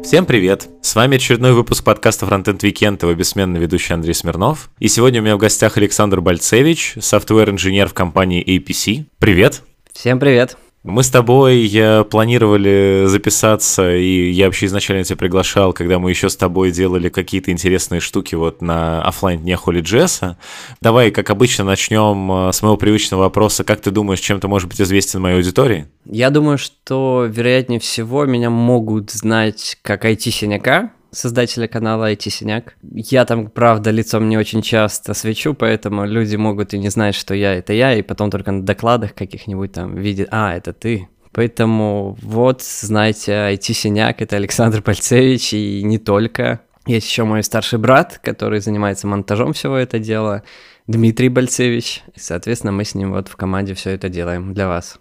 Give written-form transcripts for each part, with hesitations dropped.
Всем привет! С вами очередной выпуск подкаста Frontend Weekend, его бессменный ведущий Андрей Смирнов. И сегодня у меня в гостях Александр Бальцевич, софтвер-инженер в компании APC. Привет! Всем привет! Мы с тобой планировали записаться, и я вообще изначально тебя приглашал, когда мы еще с тобой делали какие-то интересные штуки вот на оффлайн-дне HolyJS. Давай, как обычно, начнем с моего привычного вопроса. Как ты думаешь, чем ты можешь быть известен моей аудитории? Я думаю, что, вероятнее всего, меня могут знать как IT-синяка, создателя канала IT-синяк. Я там, правда, лицом не очень часто свечу, поэтому люди могут и не знать, что я — это я, и потом только на докладах каких-нибудь там видят: это ты. Поэтому вот, знаете, IT-синяк — это Александр Бальцевич, и не только. Есть еще мой старший брат, который занимается монтажом всего этого дела, Дмитрий Бальцевич. И, соответственно, мы с ним вот в команде все это делаем для вас.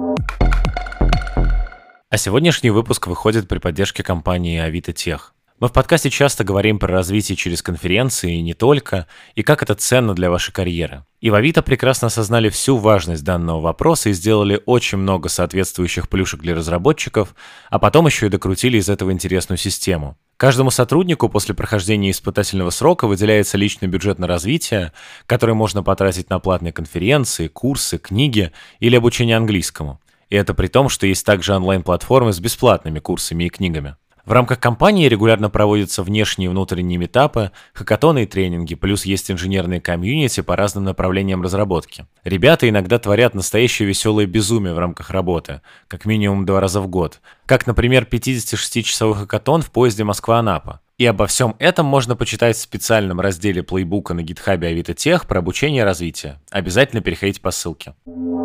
А сегодняшний выпуск выходит при поддержке компании Авито Тех. Мы в подкасте часто говорим про развитие через конференции и не только, и как это ценно для вашей карьеры. И в Авито прекрасно осознали всю важность данного вопроса и сделали очень много соответствующих плюшек для разработчиков, а потом еще и докрутили из этого интересную систему. Каждому сотруднику после прохождения испытательного срока выделяется личный бюджет на развитие, который можно потратить на платные конференции, курсы, книги или обучение английскому. И это при том, что есть также онлайн-платформы с бесплатными курсами и книгами. В рамках компании регулярно проводятся внешние и внутренние митапы, хакатоны и тренинги, плюс есть инженерные комьюнити по разным направлениям разработки. Ребята иногда творят настоящее веселое безумие в рамках работы, как минимум 2 раза в год, как, например, 56-часовой хакатон в поезде Москва-Анапа. И обо всем этом можно почитать в специальном разделе плейбука на гитхабе Авито Тех про обучение и развитие. Обязательно переходите по ссылке.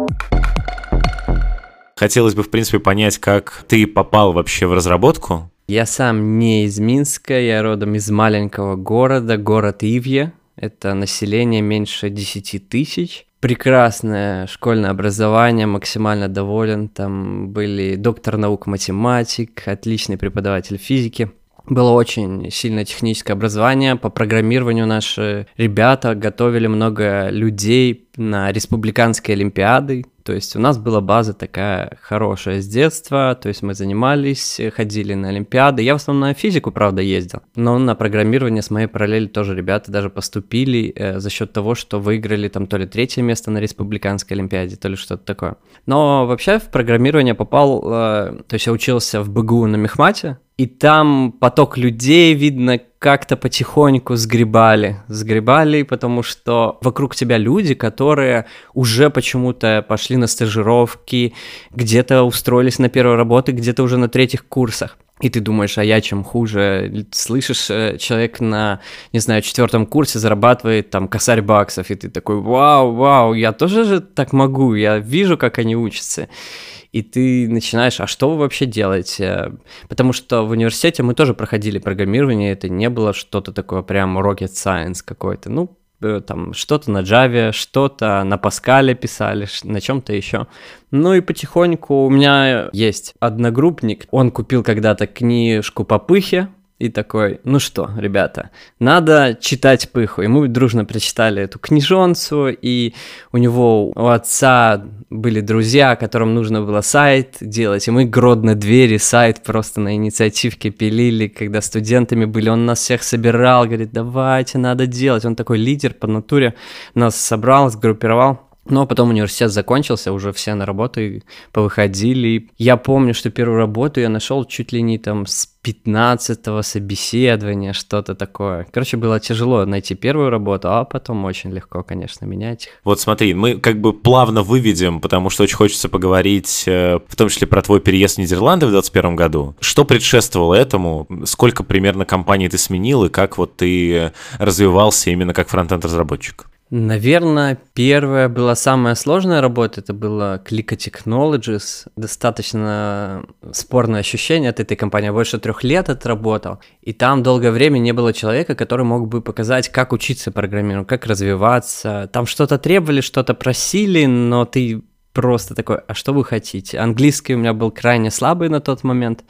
Хотелось бы, в принципе, понять, как ты попал вообще в разработку. Я сам не из Минска, я родом из маленького города, город Ивье. Это население меньше 10 тысяч. Прекрасное школьное образование, максимально доволен. Там были доктор наук математик, отличный преподаватель физики. Было очень сильное техническое образование. По программированию наши ребята готовили много людей на республиканские олимпиады. То есть у нас была база такая хорошая с детства, то есть мы занимались, ходили на олимпиады. Я в основном на физику, правда, ездил, но на программирование с моей параллели тоже ребята даже поступили за счет того, что выиграли там то ли 3-е место на республиканской олимпиаде, то ли что-то такое. Но вообще в программирование попал, то есть я учился в БГУ на мехмате, и там поток людей, видно, как-то потихоньку сгребали, потому что вокруг тебя люди, которые уже почему-то пошли на стажировки, где-то устроились на первой работе, где-то уже на 3-х курсах. И ты думаешь, а я чем хуже? Слышишь, человек на, не знаю, 4-м курсе зарабатывает там косарь баксов, и ты такой: вау, я тоже же так могу, я вижу, как они учатся. И ты начинаешь: а что вы вообще делаете? Потому что в университете мы тоже проходили программирование, это не было что-то такое прям rocket science какой-то. Ну, там что-то на Java, что-то на Pascal писали, на чем-то еще. Ну и потихоньку у меня есть одногруппник, он купил когда-то книжку по пыхе, и такой: ну что, ребята, надо читать пыху. И мы дружно прочитали эту книжонцу, и у него, у отца были друзья, которым нужно было сайт делать, и мы гродно двери сайт просто на инициативке пилили, когда студентами были. Он нас всех собирал, говорит: давайте, надо делать. Он такой лидер по натуре, нас собрал, сгруппировал. Но потом университет закончился, уже все на работу повыходили. Я помню, что первую работу я нашел чуть ли не там с 15-го собеседования, что-то такое. Короче, было тяжело найти первую работу, а потом очень легко, конечно, менять их. Вот смотри, мы как бы плавно выведем, потому что очень хочется поговорить, в том числе про твой переезд в Нидерланды в 2021 году. Что предшествовало этому? Сколько примерно компаний ты сменил, и как вот ты развивался именно как фронтенд-разработчик? Наверное, первая была самая сложная работа, это было Click Technologies. Достаточно спорное ощущение от этой компании. Я больше 3 лет отработал, и там долгое время не было человека, который мог бы показать, как учиться программированию, как развиваться. Там что-то требовали, что-то просили, но ты просто такой: а что вы хотите? Английский у меня был крайне слабый на тот момент, и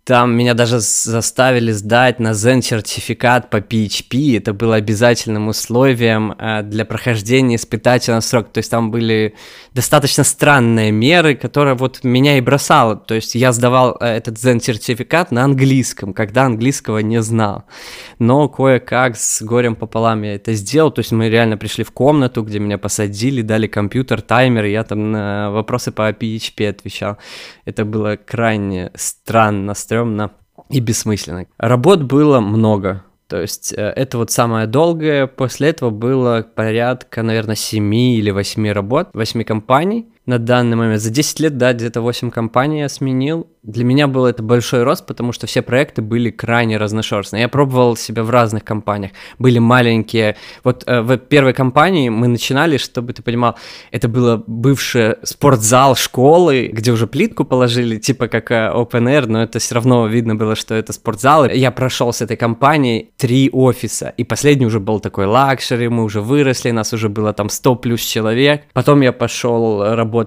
Там меня даже заставили сдать на Zen сертификат по PHP. Это было обязательным условием для прохождения испытательного срока. То есть там были достаточно странные меры, которые вот меня и бросало. То есть я сдавал этот Zen сертификат на английском, когда английского не знал. Но кое-как с горем пополам я это сделал. То есть мы реально пришли в комнату, где меня посадили, дали компьютер, таймер, и я там на вопросы по PHP отвечал. Это было крайне странно, стрёмно и бессмысленно. Работ было много, то есть это вот самое долгое. После этого было порядка, наверное, 7 или 8 работ, 8 компаний. На данный момент за 10 лет, да, где-то 8 компаний я сменил. Для меня был это большой рост, потому что все проекты были крайне разношерстные. Я пробовал себя в разных компаниях. Были маленькие. Вот в первой компании мы начинали, чтобы ты понимал, это было бывший спортзал школы, где уже плитку положили, типа как Open Air, но это все равно видно было, что это спортзал. Я прошел с этой компанией 3 офиса, и последний уже был такой лакшери, мы уже выросли, нас уже было там 100 плюс человек. Потом я пошел работать,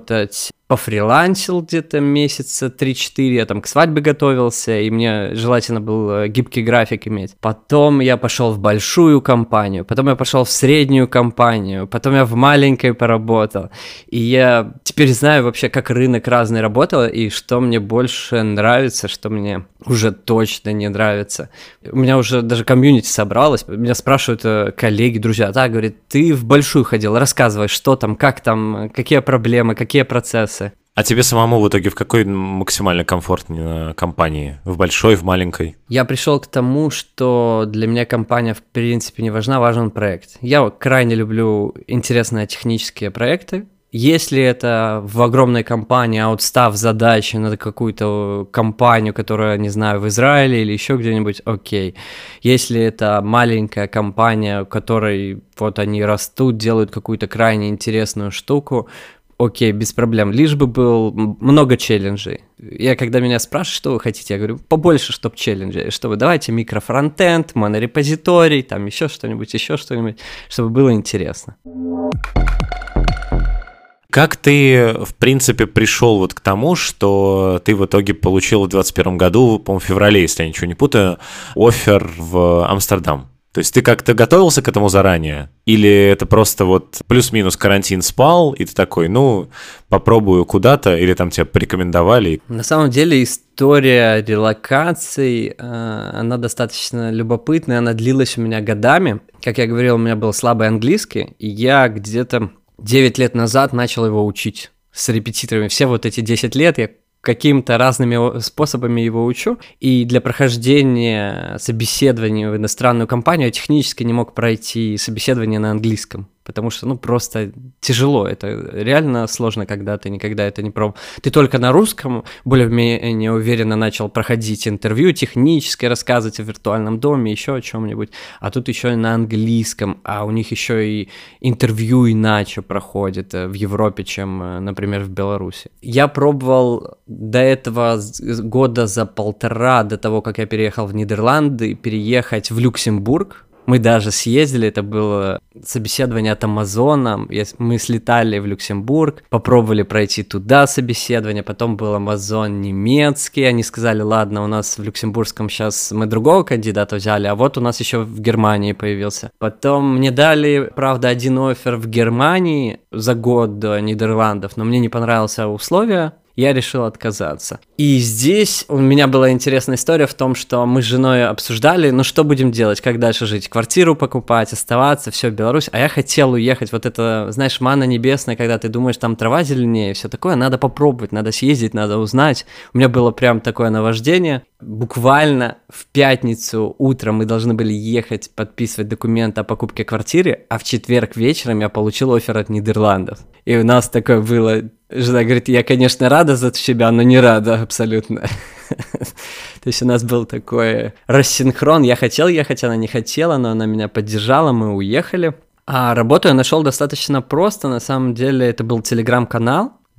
пофрилансил где-то месяца 3-4, я там к свадьбе готовился, и мне желательно был гибкий график иметь. Потом я пошел в большую компанию, потом я пошел в среднюю компанию, потом я в маленькой поработал. И я теперь знаю вообще, как рынок разный работал, и что мне больше нравится, что мне уже точно не нравится. У меня уже даже комьюнити собралось, меня спрашивают коллеги, друзья, да, говорят, ты в большую ходил, рассказывай, что там, как там, какие проблемы, какие процессы. А тебе самому в итоге в какой максимально комфортной компании? В большой, в маленькой? Я пришел к тому, что для меня компания в принципе не важна, важен проект. Я крайне люблю интересные технические проекты. Если это в огромной компании, аутстав задачи на какую-то компанию, которая, не знаю, в Израиле или еще где-нибудь, окей. Если это маленькая компания, в которой вот они растут, делают какую-то крайне интересную штуку, окей, без проблем. Лишь бы был много челленджей. Я, когда меня спрашивают, что вы хотите, я говорю, побольше, чтобы челленджей. Чтобы давайте микрофронтенд, монорепозиторий, там еще что-нибудь, чтобы было интересно. Как ты, в принципе, пришел вот к тому, что ты в итоге получил в 2021 году, по-моему, в феврале, если я ничего не путаю, оффер в Амстердам? То есть ты как-то готовился к этому заранее? Или это просто вот плюс-минус карантин спал, и ты такой, ну, попробую куда-то, или там тебя порекомендовали? На самом деле история релокаций, она достаточно любопытная, она длилась у меня годами. Как я говорил, у меня был слабый английский, и я где-то 9 лет назад начал его учить с репетиторами. Все вот эти 10 лет я какими-то разными способами его учу, и для прохождения собеседования в иностранную компанию я технически не мог пройти собеседование на английском, потому что, ну, просто тяжело, это реально сложно, когда ты никогда это не пробовал. Ты только на русском более-менее уверенно начал проходить интервью, технически рассказывать о виртуальном доме, еще о чем-нибудь, а тут еще и на английском, а у них еще и интервью иначе проходит в Европе, чем, например, в Беларуси. Я пробовал до этого года за 1,5 до того, как я переехал в Нидерланды, переехать в Люксембург. Мы даже съездили, это было собеседование от Амазона, мы слетали в Люксембург, попробовали пройти туда собеседование, потом был Амазон немецкий, они сказали, ладно, у нас в люксембургском сейчас мы другого кандидата взяли, а вот у нас еще в Германии появился. Потом мне дали, правда, один оффер в Германии за год до Нидерландов, но мне не понравились условия, я решил отказаться. И здесь у меня была интересная история в том, что мы с женой обсуждали, ну что будем делать, как дальше жить, квартиру покупать, оставаться, все, Беларусь, а я хотел уехать, вот это, знаешь, манна небесная, когда ты думаешь, там трава зеленее, все такое, надо попробовать, надо съездить, надо узнать. У меня было прям такое наваждение. Буквально в пятницу утром мы должны были ехать подписывать документ о покупке квартиры, а в четверг вечером я получил оффер от Нидерландов. И у нас такое было... Жена говорит, я, конечно, рада за тебя, но не рада абсолютно. То есть у нас был такой рассинхрон. Я хотел ехать, она не хотела, но она меня поддержала, мы уехали. А работу я нашел достаточно просто. На самом деле это был телеграм-канал,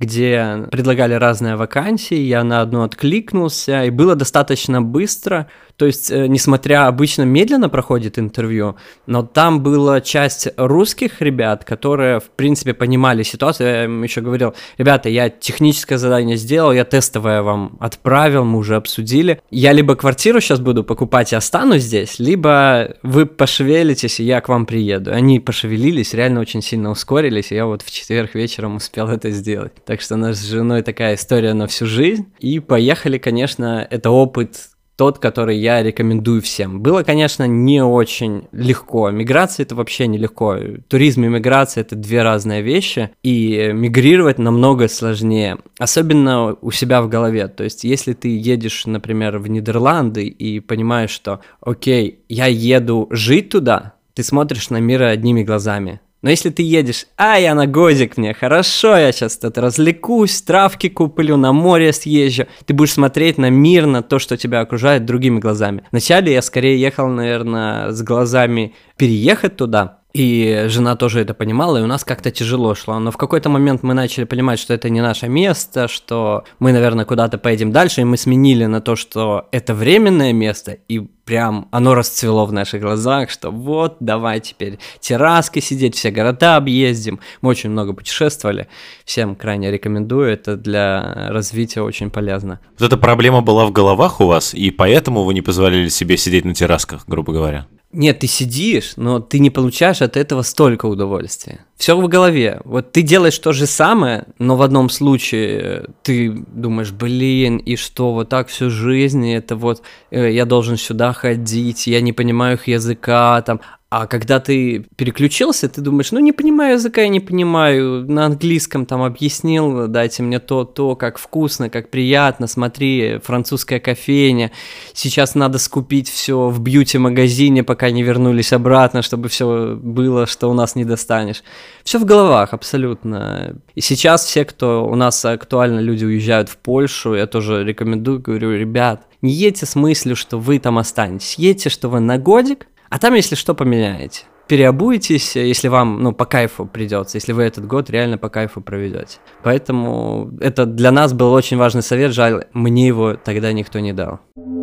где предлагали разные вакансии, я на одну откликнулся, и было достаточно быстро, то есть, несмотря обычно медленно проходит интервью, но там была часть русских ребят, которые, в принципе, понимали ситуацию. Я им еще говорил: ребята, я техническое задание сделал, я тестовое вам отправил, мы уже обсудили. Я либо квартиру сейчас буду покупать и останусь здесь, либо вы пошевелитесь, и я к вам приеду. Они пошевелились, реально очень сильно ускорились, и я вот в четверг вечером успел это сделать. Так что у нас с женой такая история на всю жизнь. И поехали, конечно, это опыт тот, который я рекомендую всем. Было, конечно, не очень легко. Миграция — это вообще нелегко. Туризм и миграция — это две разные вещи, и мигрировать намного сложнее, особенно у себя в голове. То есть, если ты едешь, например, в Нидерланды и понимаешь, что, окей, я еду жить туда, ты смотришь на мир одними глазами. Но если ты едешь: я на годик мне, хорошо, я сейчас тут развлекусь, травки куплю, на море съезжу, ты будешь смотреть на мир, на то, что тебя окружает, другими глазами. Вначале я скорее ехал, наверное, с глазами переехать туда, и жена тоже это понимала, и у нас как-то тяжело шло. Но в какой-то момент мы начали понимать, что это не наше место, что мы, наверное, куда-то поедем дальше, и мы сменили на то, что это временное место, и прям оно расцвело в наших глазах, что вот, давай теперь терраской сидеть, все города объездим. Мы очень много путешествовали, всем крайне рекомендую, это для развития очень полезно. Вот эта проблема была в головах у вас, и поэтому вы не позволили себе сидеть на террасках, грубо говоря? Нет, ты сидишь, но ты не получаешь от этого столько удовольствия. Все в голове. Вот ты делаешь то же самое, но в одном случае ты думаешь: блин, и что, вот так всю жизнь, это вот я должен сюда ходить, я не понимаю их языка, там. А когда ты переключился, ты думаешь: не понимаю языка, я не понимаю, на английском там объяснил, дайте мне то, как вкусно, как приятно, смотри, французская кофейня, сейчас надо скупить все в бьюти-магазине, пока не вернулись обратно, чтобы все было, что у нас не достанешь. Все в головах, абсолютно. И сейчас все, кто у нас актуально, люди уезжают в Польшу, я тоже рекомендую, говорю: ребят, не едьте с мыслью, что вы там останетесь, едьте, что вы на годик, а там, если что, поменяете. Переобуетесь, если вам, по кайфу придется, если вы этот год реально по кайфу проведете. Поэтому это для нас был очень важный совет, жаль, мне его тогда никто не дал.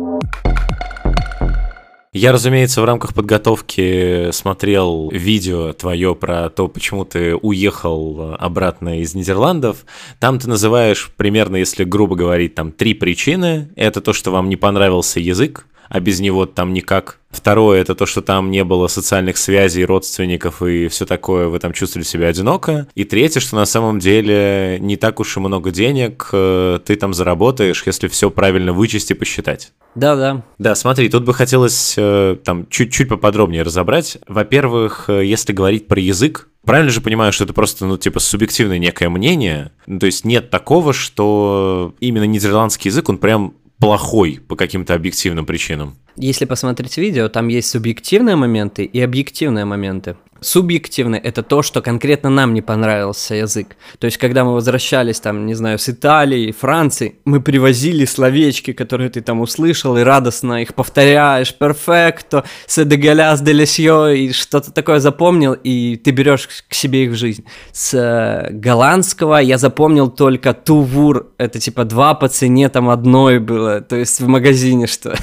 Я, разумеется, в рамках подготовки смотрел видео твое про то, почему ты уехал обратно из Нидерландов. Там ты называешь примерно, если грубо говорить, там 3 причины. Это то, что вам не понравился язык, а без него там никак. Второе — это то, что там не было социальных связей, родственников и все такое, вы там чувствовали себя одиноко. И третье, что на самом деле не так уж и много денег ты там заработаешь, если все правильно вычесть и посчитать. Да. Да, смотри, тут бы хотелось там чуть-чуть поподробнее разобрать. Во-первых, если говорить про язык, правильно же понимаю, что это просто, субъективное некое мнение? То есть нет такого, что именно нидерландский язык, он прям плохой по каким-то объективным причинам? Если посмотреть видео, там есть субъективные моменты и объективные моменты. Субъективно — это то, что конкретно нам не понравился язык. То есть, когда мы возвращались, там, не знаю, с Италии, Франции, мы привозили словечки, которые ты там услышал, и радостно их повторяешь: перфекто, се дегаляс делесьо, и что-то такое запомнил, и ты берешь к себе их в жизнь. С голландского я запомнил только тувур, это типа 2 по цене там одной было, то есть в магазине что.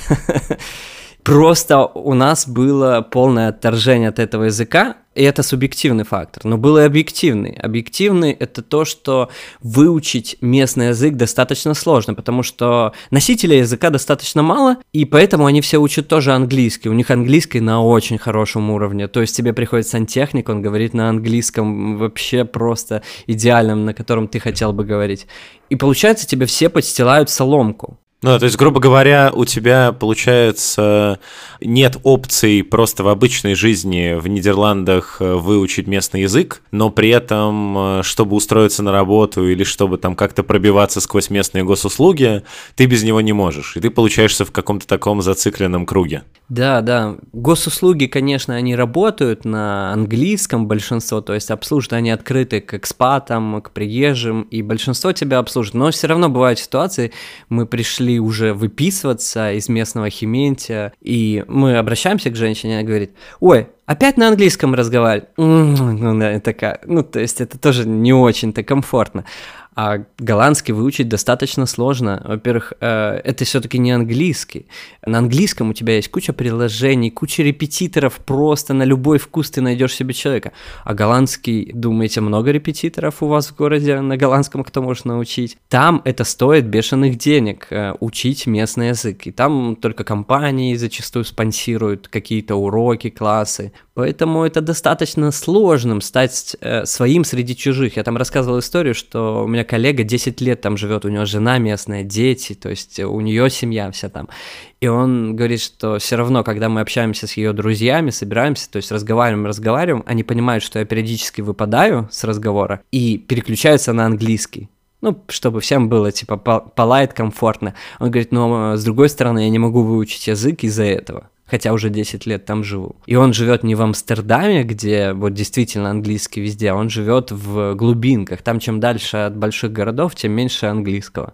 Просто у нас было полное отторжение от этого языка, и это субъективный фактор, но был и объективный. Объективный — это то, что выучить местный язык достаточно сложно, потому что носителей языка достаточно мало, и поэтому они все учат тоже английский. У них английский на очень хорошем уровне, то есть тебе приходит сантехник, он говорит на английском вообще просто идеальном, на котором ты хотел бы говорить. И получается, тебе все подстилают соломку. То есть, грубо говоря, у тебя, получается, нет опций просто в обычной жизни в Нидерландах выучить местный язык, но при этом, чтобы устроиться на работу или чтобы там как-то пробиваться сквозь местные госуслуги, ты без него не можешь, и ты получаешься в каком-то таком зацикленном круге. Да. Госуслуги, конечно, они работают на английском, большинство, то есть обслуживают, они открыты к экспатам, к приезжим, и большинство тебя обслуживает. Но все равно бывают ситуации, мы пришли уже выписываться из местного Химентия, и мы обращаемся к женщине, она говорит: ой, опять на английском разговаривать? Такая, то есть это тоже не очень-то комфортно. А голландский выучить достаточно сложно. Во-первых, это все-таки не английский. На английском у тебя есть куча приложений, куча репетиторов, просто на любой вкус ты найдешь себе человека. А голландский, думаете, много репетиторов у вас в городе на голландском, кто может научить? Там это стоит бешеных денег, учить местный язык. И там только компании зачастую спонсируют какие-то уроки, классы. Поэтому это достаточно сложным стать своим среди чужих. Я там рассказывал историю, что у меня коллега 10 лет там живет, у него жена местная, дети, то есть у нее семья вся там. И он говорит, что все равно, когда мы общаемся с ее друзьями, собираемся, то есть разговариваем, они понимают, что я периодически выпадаю с разговора и переключаются на английский. Ну, чтобы всем было, типа, polite, комфортно. Он говорит, но с другой стороны, я не могу выучить язык из-за этого. Хотя уже 10 лет там живу. И он живет не в Амстердаме, где вот действительно английский везде, а он живет в глубинках. Там чем дальше от больших городов, тем меньше английского.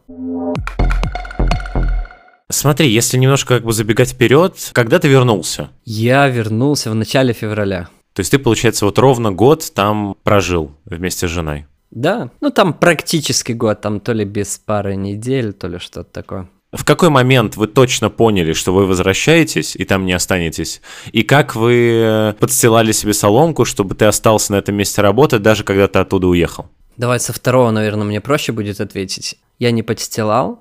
Смотри, если немножко как бы забегать вперед, когда ты вернулся? Я вернулся в начале февраля. То есть ты, получается, вот ровно год там прожил вместе с женой? Да, ну там практически год, там то ли без пары недель, то ли что-то такое. В какой момент вы точно поняли, что вы возвращаетесь и там не останетесь? И как вы подстилали себе соломку, чтобы ты остался на этом месте работы, даже когда ты оттуда уехал? Давай со второго, наверное, мне проще будет ответить. Я не подстилал.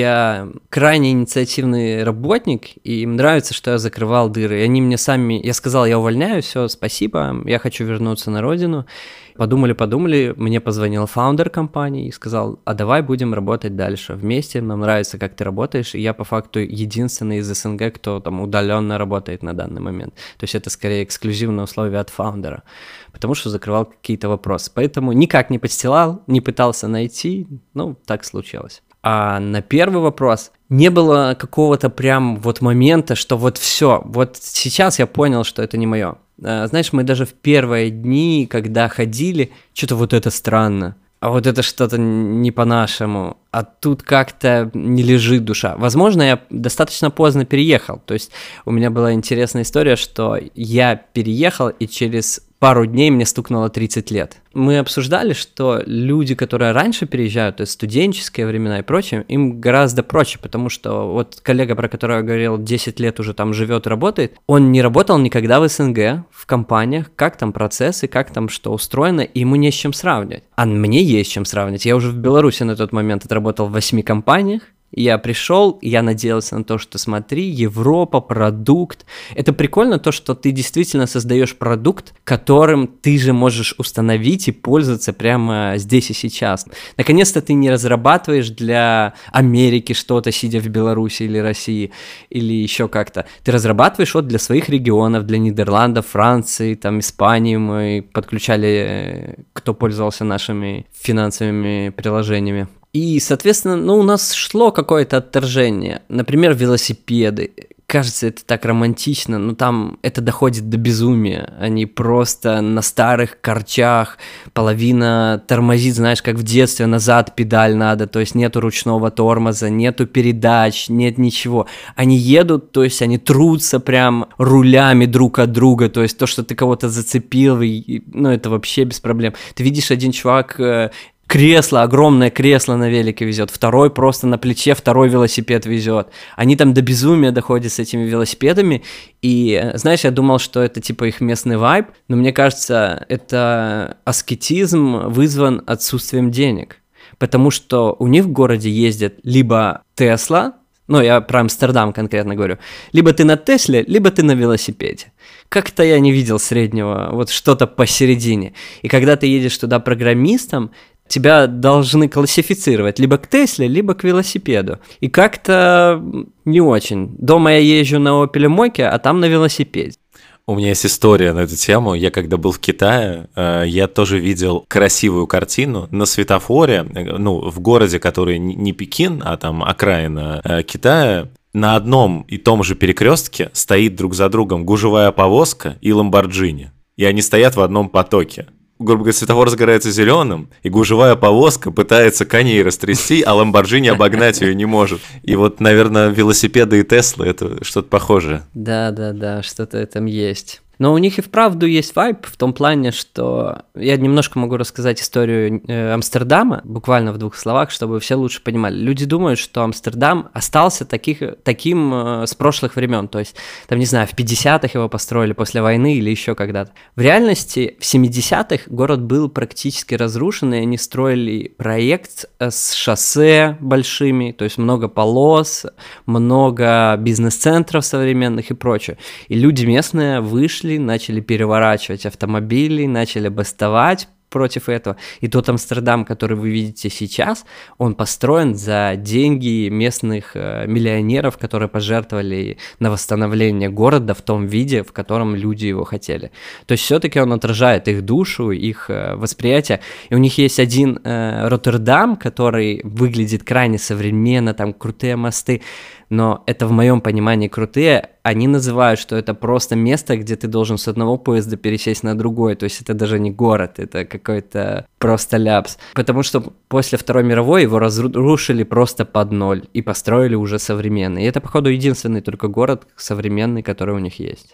Я крайне инициативный работник, и им нравится, что я закрывал дыры. И они мне сами... Я сказал, я увольняюсь, все, спасибо, я хочу вернуться на родину. Подумали, мне позвонил фаундер компании и сказал, а давай будем работать дальше вместе, нам нравится, как ты работаешь, и я по факту единственный из СНГ, кто там удаленно работает на данный момент. То есть это скорее эксклюзивное условие от фаундера, потому что закрывал какие-то вопросы. Поэтому никак не подстилал, не пытался найти, ну, так случилось. А на первый вопрос не было какого-то прям вот момента, что вот все, вот сейчас я понял, что это не мое. Знаешь, мы даже в первые дни, когда ходили, что-то вот это странно, а вот это что-то не по-нашему, а тут как-то не лежит душа. Возможно, я достаточно поздно переехал, то есть у меня была интересная история, что я переехал, и через пару дней мне стукнуло 30 лет. Мы обсуждали, что люди, которые раньше переезжают, то есть студенческие времена и прочее, им гораздо проще, потому что вот коллега, про которого я говорил, 10 лет уже там живет, работает, он не работал никогда в СНГ, в компаниях, как там процессы, как там что устроено, и ему не с чем сравнивать. А мне есть с чем сравнивать. Я уже в Беларуси на тот момент отработал в 8 компаниях, я пришел, я надеялся на то, что смотри, Европа, продукт. Это прикольно то, что ты действительно создаешь продукт, которым ты же можешь установить и пользоваться прямо здесь и сейчас. Наконец-то ты не разрабатываешь для Америки что-то, сидя в Беларуси или России, или еще как-то. Ты разрабатываешь вот для своих регионов, для Нидерландов, Франции, там, Испании. Мы подключали, кто пользовался нашими финансовыми приложениями. И, соответственно, ну, у нас шло какое-то отторжение. Например, велосипеды. Кажется, это так романтично, но там это доходит до безумия. Они просто на старых корчах, половина тормозит, знаешь, как в детстве, назад педаль надо, то есть нету ручного тормоза, нету передач, нет ничего. Они едут, то есть они трутся прям рулями друг от друга, то есть то, что ты кого-то зацепил, ну, это вообще без проблем. Ты видишь, один чувак... Кресло, огромное кресло на велике везет, второй просто на плече, второй велосипед везет. Они там до безумия доходят с этими велосипедами, и, знаешь, я думал, что это типа их местный вайб, но мне кажется, это аскетизм вызван отсутствием денег, потому что у них в городе ездят либо Тесла, ну, я про Амстердам конкретно говорю, либо ты на Тесле, либо ты на велосипеде. Как-то я не видел среднего, вот что-то посередине. И когда ты едешь туда программистом, тебя должны классифицировать либо к Тесле, либо к велосипеду. И как-то не очень. Дома я езжу на Opel Mokka, а там на велосипеде. У меня есть история на эту тему. Я когда был в Китае, я тоже видел красивую картину на светофоре, ну, в городе, который не Пекин, а там окраина Китая. На одном и том же перекрестке стоит друг за другом гужевая повозка и Ламборджини. И они стоят в одном потоке. Грубо говоря, светофор загорается зеленым, и гужевая повозка пытается коней растрясти, а Ламборджини обогнать ее не может. И вот, наверное, велосипеды и Теслы — это что-то похожее. Да, что-то там есть. Но у них и вправду есть вайб в том плане, что я немножко могу рассказать историю Амстердама, буквально в 2 словах, чтобы все лучше понимали. Люди думают, что Амстердам остался таким с прошлых времен, то есть, там, не знаю, в 50-х его построили после войны или еще когда-то. В реальности в 70-х город был практически разрушен, и они строили проект с шоссе большими, то есть много полос, много бизнес-центров современных и прочее. И люди местные вышли, начали переворачивать автомобили, начали бастовать против этого. И тот Амстердам, который вы видите сейчас, он построен за деньги местных миллионеров, которые пожертвовали на восстановление города в том виде, в котором люди его хотели. То есть все-таки он отражает их душу, их восприятие. И у них есть один Роттердам, который выглядит крайне современно, там крутые мосты, но это в моем понимании крутые. Они называют, что это просто место, где ты должен с одного поезда пересесть на другой, то есть это даже не город, это какой-то просто ляпс. Потому что после Второй мировой его разрушили просто под ноль и построили уже современный. И это, походу, единственный только город современный, который у них есть.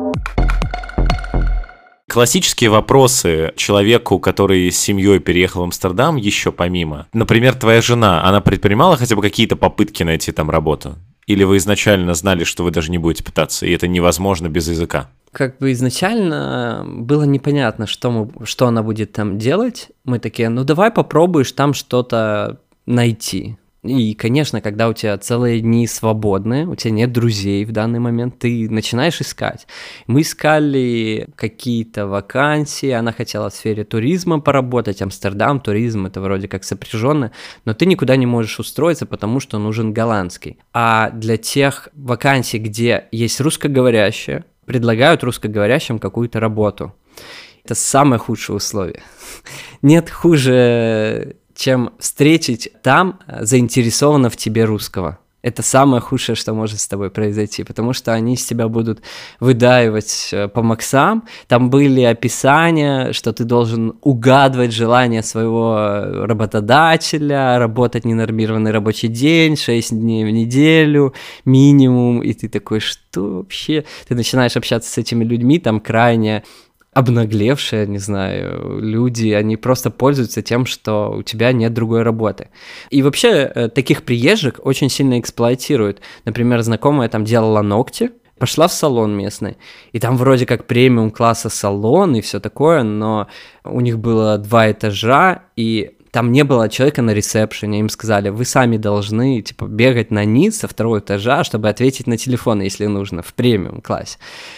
Классические вопросы человеку, который с семьей переехал в Амстердам, еще помимо. Например, твоя жена, она предпринимала хотя бы какие-то попытки найти там работу? Или вы изначально знали, что вы даже не будете пытаться, и это невозможно без языка? Как бы изначально было непонятно, что она будет там делать. Мы такие, ну давай попробуешь там что-то найти. И, конечно, когда у тебя целые дни свободные, у тебя нет друзей в данный момент, ты начинаешь искать. Мы искали какие-то вакансии, она хотела в сфере туризма поработать, Амстердам, туризм, это вроде как сопряженно, но ты никуда не можешь устроиться, потому что нужен голландский. А для тех вакансий, где есть русскоговорящие, предлагают русскоговорящим какую-то работу. Это самое худшее условие. Нет хуже, чем встретить там заинтересованного в тебе русского. Это самое худшее, что может с тобой произойти, потому что они из тебя будут выдаивать по максам. Там были описания, что ты должен угадывать желание своего работодателя, работать ненормированный рабочий день, 6 дней в неделю минимум, и ты такой, что вообще? Ты начинаешь общаться с этими людьми, там крайне обнаглевшие, не знаю, люди, они просто пользуются тем, что у тебя нет другой работы. И вообще таких приезжих очень сильно эксплуатируют. Например, знакомая там делала ногти, пошла в салон местный, и там вроде как премиум класса салон и все такое, но у них было 2 этажа, и там не было человека на ресепшене, им сказали, вы сами должны, типа, бегать на низ со 2 этажа, чтобы ответить на телефон, если нужно, в премиум классе.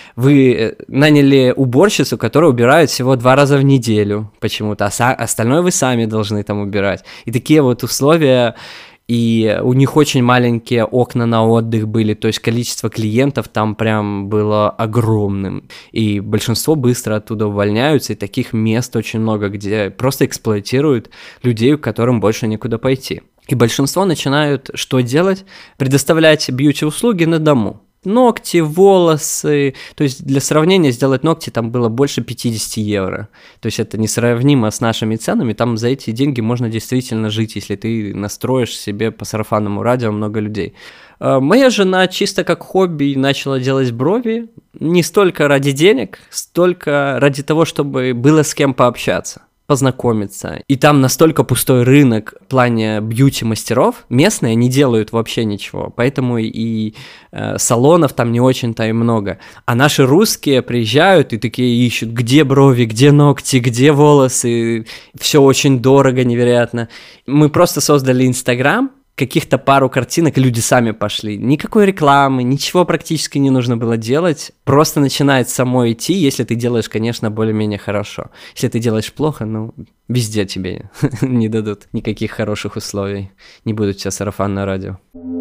Вы наняли уборщицу, которая убирает всего 2 раза в неделю почему-то, а остальное вы сами должны там убирать. И такие вот условия, и у них очень маленькие окна на отдых были, то есть количество клиентов там прям было огромным, и большинство быстро оттуда увольняются, и таких мест очень много, где просто эксплуатируют людей, которым больше некуда пойти. И большинство начинают что делать? Предоставлять бьюти-услуги на дому. Ногти, волосы, то есть для сравнения сделать ногти там было больше 50 евро, то есть это несравнимо с нашими ценами, там за эти деньги можно действительно жить, если ты настроишь себе по сарафанному радио много людей. Моя жена чисто как хобби начала делать брови, не столько ради денег, столько ради того, чтобы было с кем пообщаться, познакомиться. И там настолько пустой рынок в плане бьюти-мастеров, местные не делают вообще ничего, поэтому и салонов там не очень-то и много. А наши русские приезжают и такие ищут, где брови, где ногти, где волосы, все очень дорого, невероятно. Мы просто создали Инстаграм, каких-то пару картинок, люди сами пошли. Никакой рекламы, ничего практически не нужно было делать. Просто начинает само идти, если ты делаешь, конечно, более-менее хорошо. Если ты делаешь плохо, ну, везде тебе не дадут никаких хороших условий. Не будет у тебя сарафанное радио.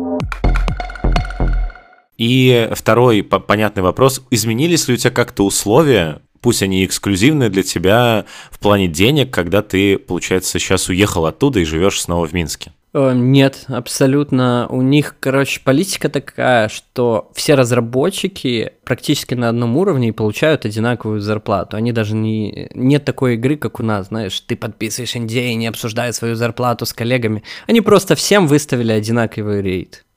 И второй понятный вопрос. Изменились ли у тебя как-то условия, пусть они эксклюзивные для тебя, в плане денег, когда ты, получается, сейчас уехал оттуда и живешь снова в Минске? Нет, абсолютно. У них, короче, политика такая, что все разработчики практически на одном уровне и получают одинаковую зарплату. Они даже нет такой игры, как у нас, знаешь, ты подписываешь NDA, не обсуждая свою зарплату с коллегами. Они просто всем выставили одинаковый рейт.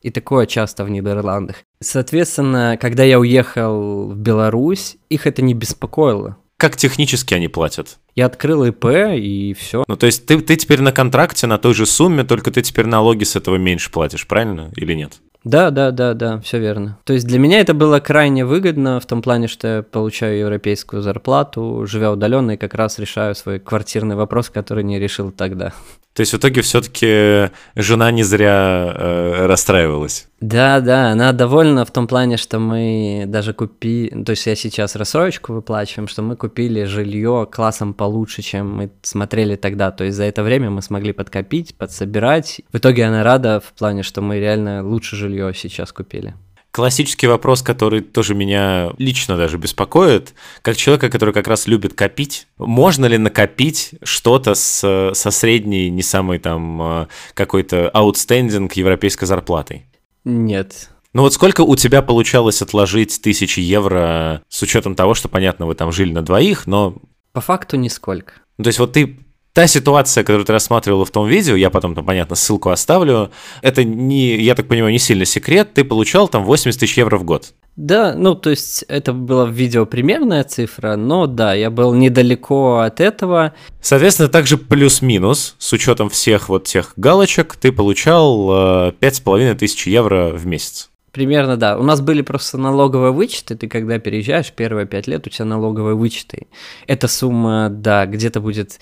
И такое часто в Нидерландах. Соответственно, когда я уехал в Беларусь, их это не беспокоило. Как технически они платят? Я открыл ИП, и все. Ну, то есть ты теперь на контракте на той же сумме, только ты теперь налоги с этого меньше платишь, правильно или нет? Да, все верно. То есть для меня это было крайне выгодно в том плане, что я получаю европейскую зарплату, живя удаленно, и как раз решаю свой квартирный вопрос, который не решил тогда. То есть в итоге все-таки жена не зря расстраивалась. Да, она довольна в том плане, что мы даже купили, то есть я сейчас рассрочку выплачиваем, что мы купили жилье классом получше, чем мы смотрели тогда. То есть за это время мы смогли подкопить, подсобирать. В итоге она рада в плане, что мы реально лучше жилье сейчас купили. Классический вопрос, который тоже меня лично даже беспокоит, как человека, который как раз любит копить, можно ли накопить что-то со средней, не самой там какой-то outstanding европейской зарплатой? Нет. Ну вот сколько у тебя получалось отложить 1000 евро с учетом того, что, понятно, вы там жили на двоих, но... По факту нисколько. То есть вот та ситуация, которую ты рассматривала в том видео, я потом там, понятно, ссылку оставлю, это не, я так понимаю, не сильно секрет, ты получал там 80 тысяч евро в год. Да, ну то есть это была в видео примерная цифра, но да, я был недалеко от этого. Соответственно, также плюс-минус, с учетом всех вот тех галочек, ты получал 5500 евро в месяц. Примерно, да. У нас были просто налоговые вычеты. Ты когда переезжаешь, первые 5 лет у тебя налоговые вычеты. Эта сумма, да, где-то будет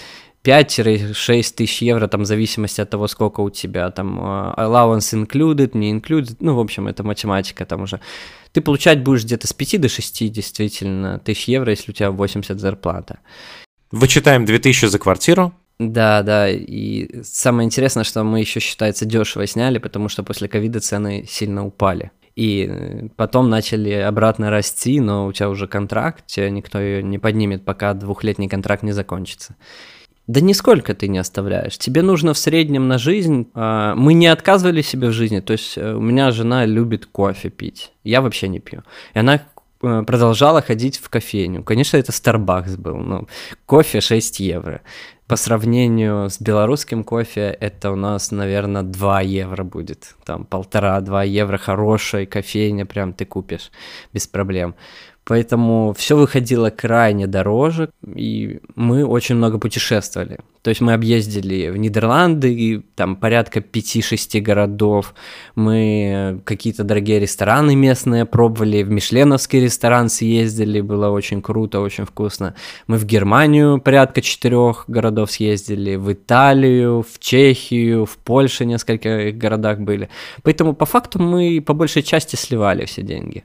5-6 тысяч евро, там, в зависимости от того, сколько у тебя, там, allowance included, не included, ну, в общем, это математика там уже. Ты получать будешь где-то с 5 до 6, действительно, тысяч евро, если у тебя 80 зарплата. Вычитаем 2000 за квартиру. Да, и самое интересное, что мы еще, считается, дешево сняли, потому что после ковида цены сильно упали. И потом начали обратно расти, но у тебя уже контракт, тебя никто ее не поднимет, пока 2-летний контракт не закончится. Да нисколько ты не оставляешь. Тебе нужно в среднем на жизнь. Мы не отказывали себе в жизни. То есть у меня жена любит кофе пить. Я вообще не пью. И она продолжала ходить в кофейню. Конечно, это Starbucks был. Но кофе 6 евро. По сравнению с белорусским кофе, это у нас, наверное, 2 евро будет. Там 1,5-2 евро хорошая кофейня, прям ты купишь без проблем. Поэтому все выходило крайне дороже, и мы очень много путешествовали. То есть мы объездили в Нидерланды, и там порядка 5-6 городов, мы какие-то дорогие рестораны местные пробовали, в мишленовский ресторан съездили, было очень круто, очень вкусно. Мы в Германию порядка 4 городов съездили, в Италию, в Чехию, в Польше несколько городах были. Поэтому по факту мы по большей части сливали все деньги.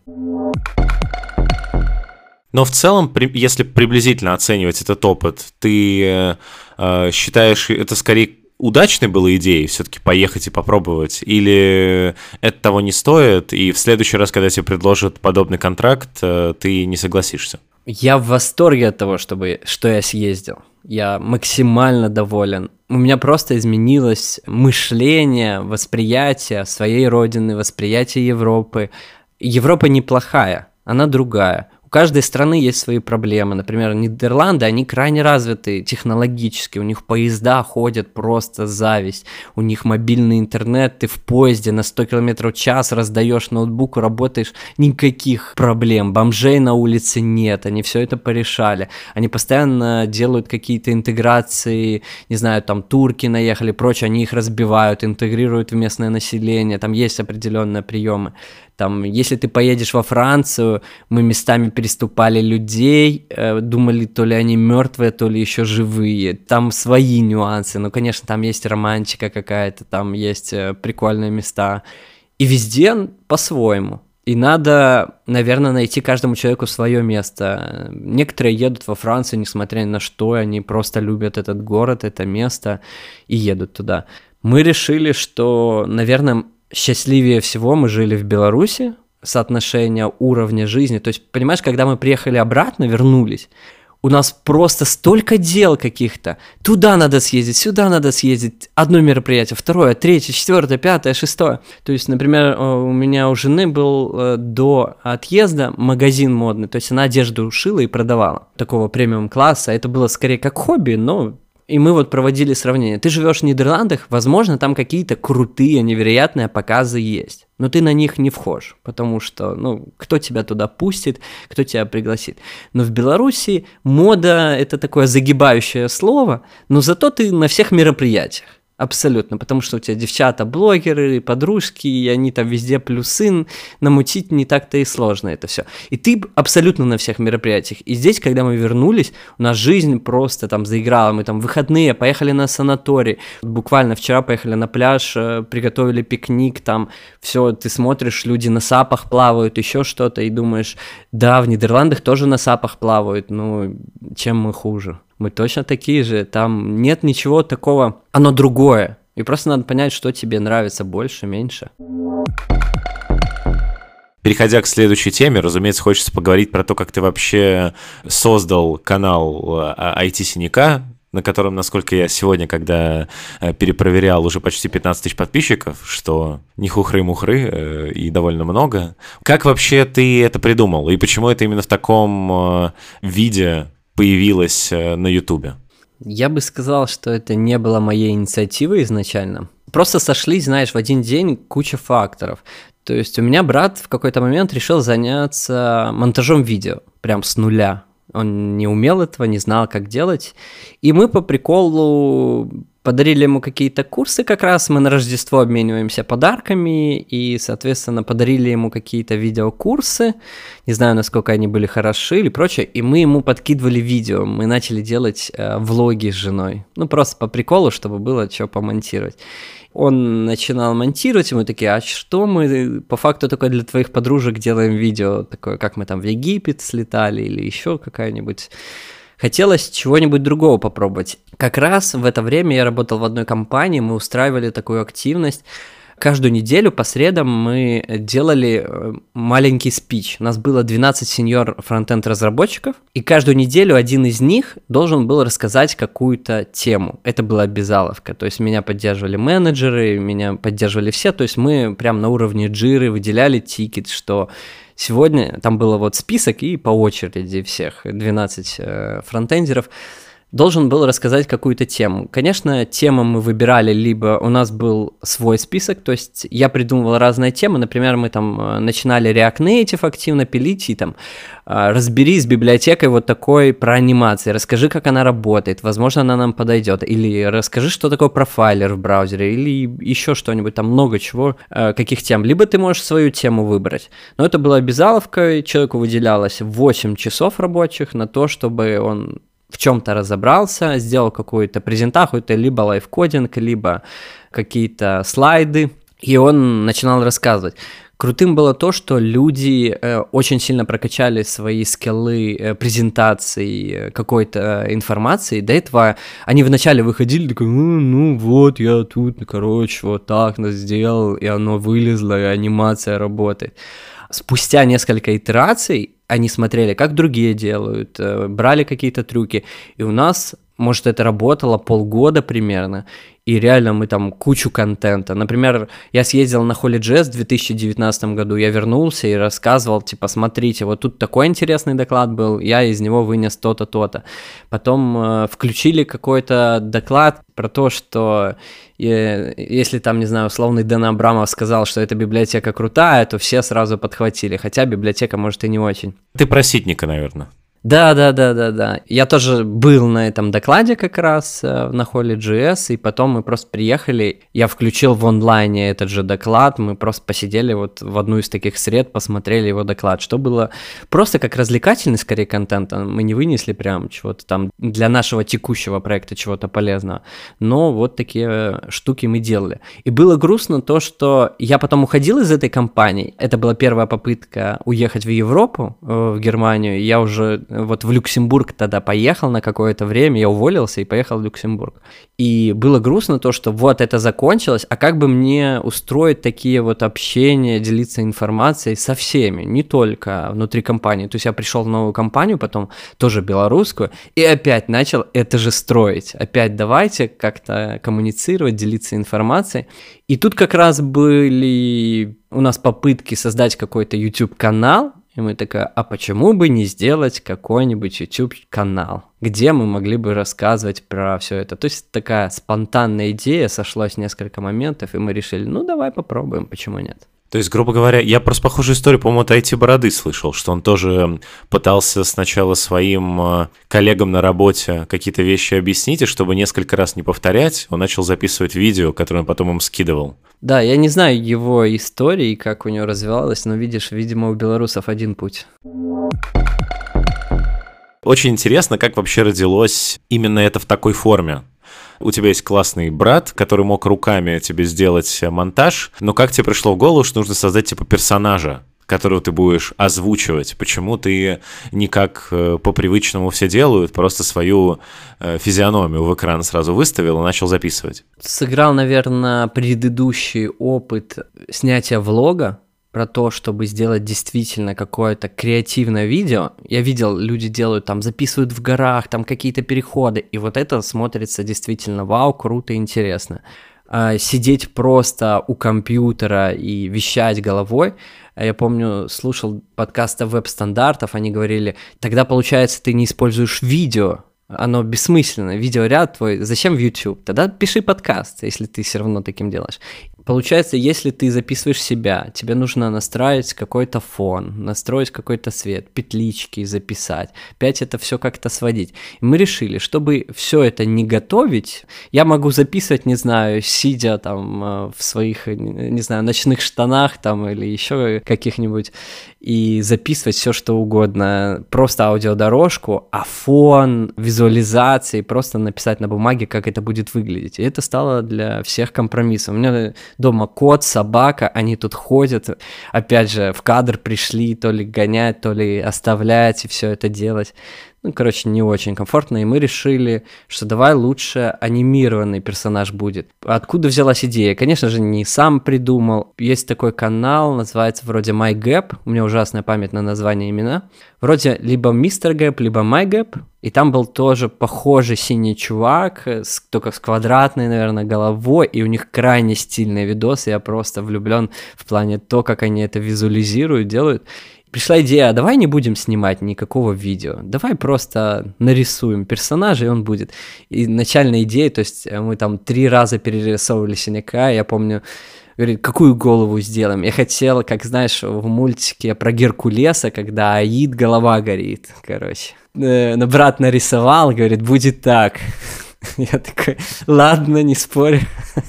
Но в целом, если приблизительно оценивать этот опыт, ты считаешь, это скорее удачной была идеей все-таки поехать и попробовать? Или это того не стоит, и в следующий раз, когда тебе предложат подобный контракт, ты не согласишься? Я в восторге от того, что я съездил. Я максимально доволен. У меня просто изменилось мышление, восприятие своей родины, восприятие Европы. Европа неплохая, она другая. У каждой страны есть свои проблемы. Например, Нидерланды, они крайне развиты технологически, у них поезда ходят просто зависть, у них мобильный интернет, ты в поезде на 100 км в час раздаешь ноутбук, работаешь, никаких проблем, бомжей на улице нет, они все это порешали. Они постоянно делают какие-то интеграции, не знаю, там турки наехали, прочее, они их разбивают, интегрируют в местное население, там есть определенные приемы. Там, если ты поедешь во Францию, мы местами переступали людей, думали, то ли они мертвые, то ли еще живые. Там свои нюансы. Ну, конечно, там есть романтика какая-то, там есть прикольные места. И везде по-своему. И надо, наверное, найти каждому человеку свое место. Некоторые едут во Францию, несмотря ни на что, они просто любят этот город, это место и едут туда. Мы решили, что, наверное, счастливее всего мы жили в Беларуси, соотношение уровня жизни. То есть, понимаешь, когда мы приехали обратно, вернулись, у нас просто столько дел каких-то. Туда надо съездить, сюда надо съездить. Одно мероприятие, второе, третье, четвертое, пятое, шестое. То есть, например, у меня у жены был до отъезда магазин модный. То есть, она одежду шила и продавала. Такого премиум-класса. Это было скорее как хобби, но... И мы вот проводили сравнение. Ты живешь в Нидерландах, возможно, там какие-то крутые, невероятные показы есть. но ты на них не вхож, потому что, ну, кто тебя туда пустит, кто тебя пригласит. Но в Беларуси мода – это такое загибающее слово, но зато ты на всех мероприятиях. Абсолютно, потому что у тебя девчата-блогеры, подружки, и они там везде плюсы, намутить не так-то и сложно это все. И ты абсолютно на всех мероприятиях. И здесь, когда мы вернулись, у нас жизнь просто там заиграла, мы там в выходные поехали на санаторий, буквально вчера поехали на пляж, приготовили пикник, там все, ты смотришь, люди на сапах плавают, еще что-то, и думаешь, да, в Нидерландах тоже на сапах плавают, ну, чем мы хуже? Мы точно такие же, там нет ничего такого, оно другое. И просто надо понять, что тебе нравится больше, меньше. Переходя к следующей теме, разумеется, хочется поговорить про то, как ты вообще создал канал IT-синяка, на котором, насколько я сегодня, когда перепроверял, уже почти 15 тысяч подписчиков, что не хухры-мухры и довольно много. Как вообще ты это придумал? И почему это именно в таком виде появилась на Ютубе? Я бы сказал, что это не было моей инициативой изначально. Просто сошлись, знаешь, в один день куча факторов. То есть у меня брат в какой-то момент решил заняться монтажом видео, прям с нуля. Он не умел этого, не знал, как делать. И мы по приколу подарили ему какие-то курсы как раз, мы на Рождество обмениваемся подарками, и, соответственно, подарили ему какие-то видеокурсы, не знаю, насколько они были хороши или прочее, и мы ему подкидывали видео, мы начали делать влоги с женой, ну, просто по приколу, чтобы было что помонтировать. Он начинал монтировать, и мы такие, а что мы по факту только для твоих подружек делаем видео, такое, как мы там в Египет слетали или еще какая-нибудь... Хотелось чего-нибудь другого попробовать. Как раз в это время я работал в одной компании, мы устраивали такую активность. Каждую неделю по средам мы делали маленький спич. У нас было 12 сеньор фронтенд-разработчиков, и каждую неделю один из них должен был рассказать какую-то тему. Это была обязаловка, то есть меня поддерживали менеджеры, меня поддерживали все, то есть мы прям на уровне джиры выделяли тикет, что... Сегодня там было вот список, и по очереди всех 12 фронтендеров должен был рассказать какую-то тему. Конечно, тему мы выбирали, либо у нас был свой список, то есть я придумывал разные темы, например, мы там начинали React Native активно пилить, и там разбери с библиотекой вот такой про анимации, расскажи, как она работает, возможно, она нам подойдет, или расскажи, что такое профайлер в браузере, или еще что-нибудь, там много чего, каких тем. Либо ты можешь свою тему выбрать. Но это была обязаловка, человеку выделялось 8 часов рабочих на то, чтобы он в чем-то разобрался, сделал какую-то презентацию, это либо лайфкодинг, либо какие-то слайды, и он начинал рассказывать. Крутым было то, что люди очень сильно прокачали свои скиллы презентации какой-то информации. До этого они вначале выходили, такой, ну вот я тут, короче, вот так сделал, и оно вылезло, и анимация работает. Спустя несколько итераций они смотрели, как другие делают, брали какие-то трюки, и у нас, может, это работало полгода примерно, и реально мы там кучу контента. Например, я съездил на HolyJS в 2019 году, я вернулся и рассказывал, типа, смотрите, вот тут такой интересный доклад был, я из него вынес то-то, то-то. Потом включили какой-то доклад про то, что если там, не знаю, условный Дэн Абрамов сказал, что эта библиотека крутая, то все сразу подхватили, хотя библиотека, может, и не очень. Ты про Ситника, наверное. Да. Я тоже был на этом докладе как раз на HolyJS, и потом мы просто приехали, я включил в онлайне этот же доклад, мы просто посидели вот в одну из таких сред, посмотрели его доклад, что было просто как развлекательный, скорее, контент, мы не вынесли прям чего-то там для нашего текущего проекта чего-то полезного, но вот такие штуки мы делали. И было грустно то, что я потом уходил из этой компании, это была первая попытка уехать в Европу, в Германию, я уже вот в Люксембург тогда поехал на какое-то время, я уволился и поехал в Люксембург. И было грустно то, что вот это закончилось, а как бы мне устроить такие вот общения, делиться информацией со всеми, не только внутри компании. То есть я пришел в новую компанию, потом тоже белорусскую, и опять начал это же строить. Опять давайте как-то коммуницировать, делиться информацией. И тут как раз были у нас попытки создать какой-то YouTube-канал, и мы такая, а почему бы не сделать какой-нибудь YouTube-канал, где мы могли бы рассказывать про все это. То есть такая спонтанная идея, сошлось несколько моментов, и мы решили, ну давай попробуем, почему нет. То есть, грубо говоря, я просто похожую историю, по-моему, от IT-бороды слышал, что он тоже пытался сначала своим коллегам на работе какие-то вещи объяснить, и чтобы несколько раз не повторять, он начал записывать видео, которое он потом им скидывал. Да, я не знаю его истории, как у него развивалось, но видишь, видимо, у белорусов один путь. Очень интересно, как вообще родилось именно это в такой форме. У тебя есть классный брат, который мог руками тебе сделать монтаж, но как тебе пришло в голову, что нужно создать типа персонажа, которого ты будешь озвучивать? Почему ты не как по привычному все делают, просто свою физиономию в экран сразу выставил и начал записывать? Сыграл, наверное, предыдущий опыт снятия влога, про то, чтобы сделать действительно какое-то креативное видео. Я видел, люди делают там, записывают в горах, там какие-то переходы, и вот это смотрится действительно вау, круто и интересно. Сидеть просто у компьютера и вещать головой. Я помню, слушал подкасты веб-стандартов, они говорили, тогда, получается, ты не используешь видео, оно бессмысленно, видеоряд твой, зачем в YouTube? Тогда пиши подкаст, если ты все равно таким делаешь. Получается, если ты записываешь себя, тебе нужно настраивать какой-то фон, настроить какой-то свет, петлички записать, опять это все как-то сводить. И мы решили, чтобы все это не готовить, я могу записывать, не знаю, сидя там в своих, не знаю, ночных штанах там или еще каких-нибудь, и записывать все что угодно, просто аудиодорожку, а фон, визуализации, просто написать на бумаге, как это будет выглядеть. И это стало для всех компромиссом. У меня дома кот, собака, они тут ходят, опять же, в кадр пришли то ли гонять, то ли оставлять и все это делать. Ну, короче, не очень комфортно, и мы решили, что давай лучше анимированный персонаж будет. Откуда взялась идея? Конечно же, не сам придумал. Есть такой канал, называется вроде MyGap, у меня ужасная память на название имена. Вроде либо Mr. Gap, либо MyGap, и там был тоже похожий синий чувак, только с квадратной, наверное, головой, и у них крайне стильные видосы, я просто влюблен в плане то, как они это визуализируют, делают. Пришла идея, давай не будем снимать никакого видео, давай просто нарисуем персонажа, и он будет. И начальная идея, то есть мы там 3 раза перерисовывали синяка, я помню, говорит, какую голову сделаем? Я хотел, как знаешь, в мультике про Геркулеса, когда Аид голова горит, короче. Но брат нарисовал, говорит, будет так. Я такой, ладно, не спорю,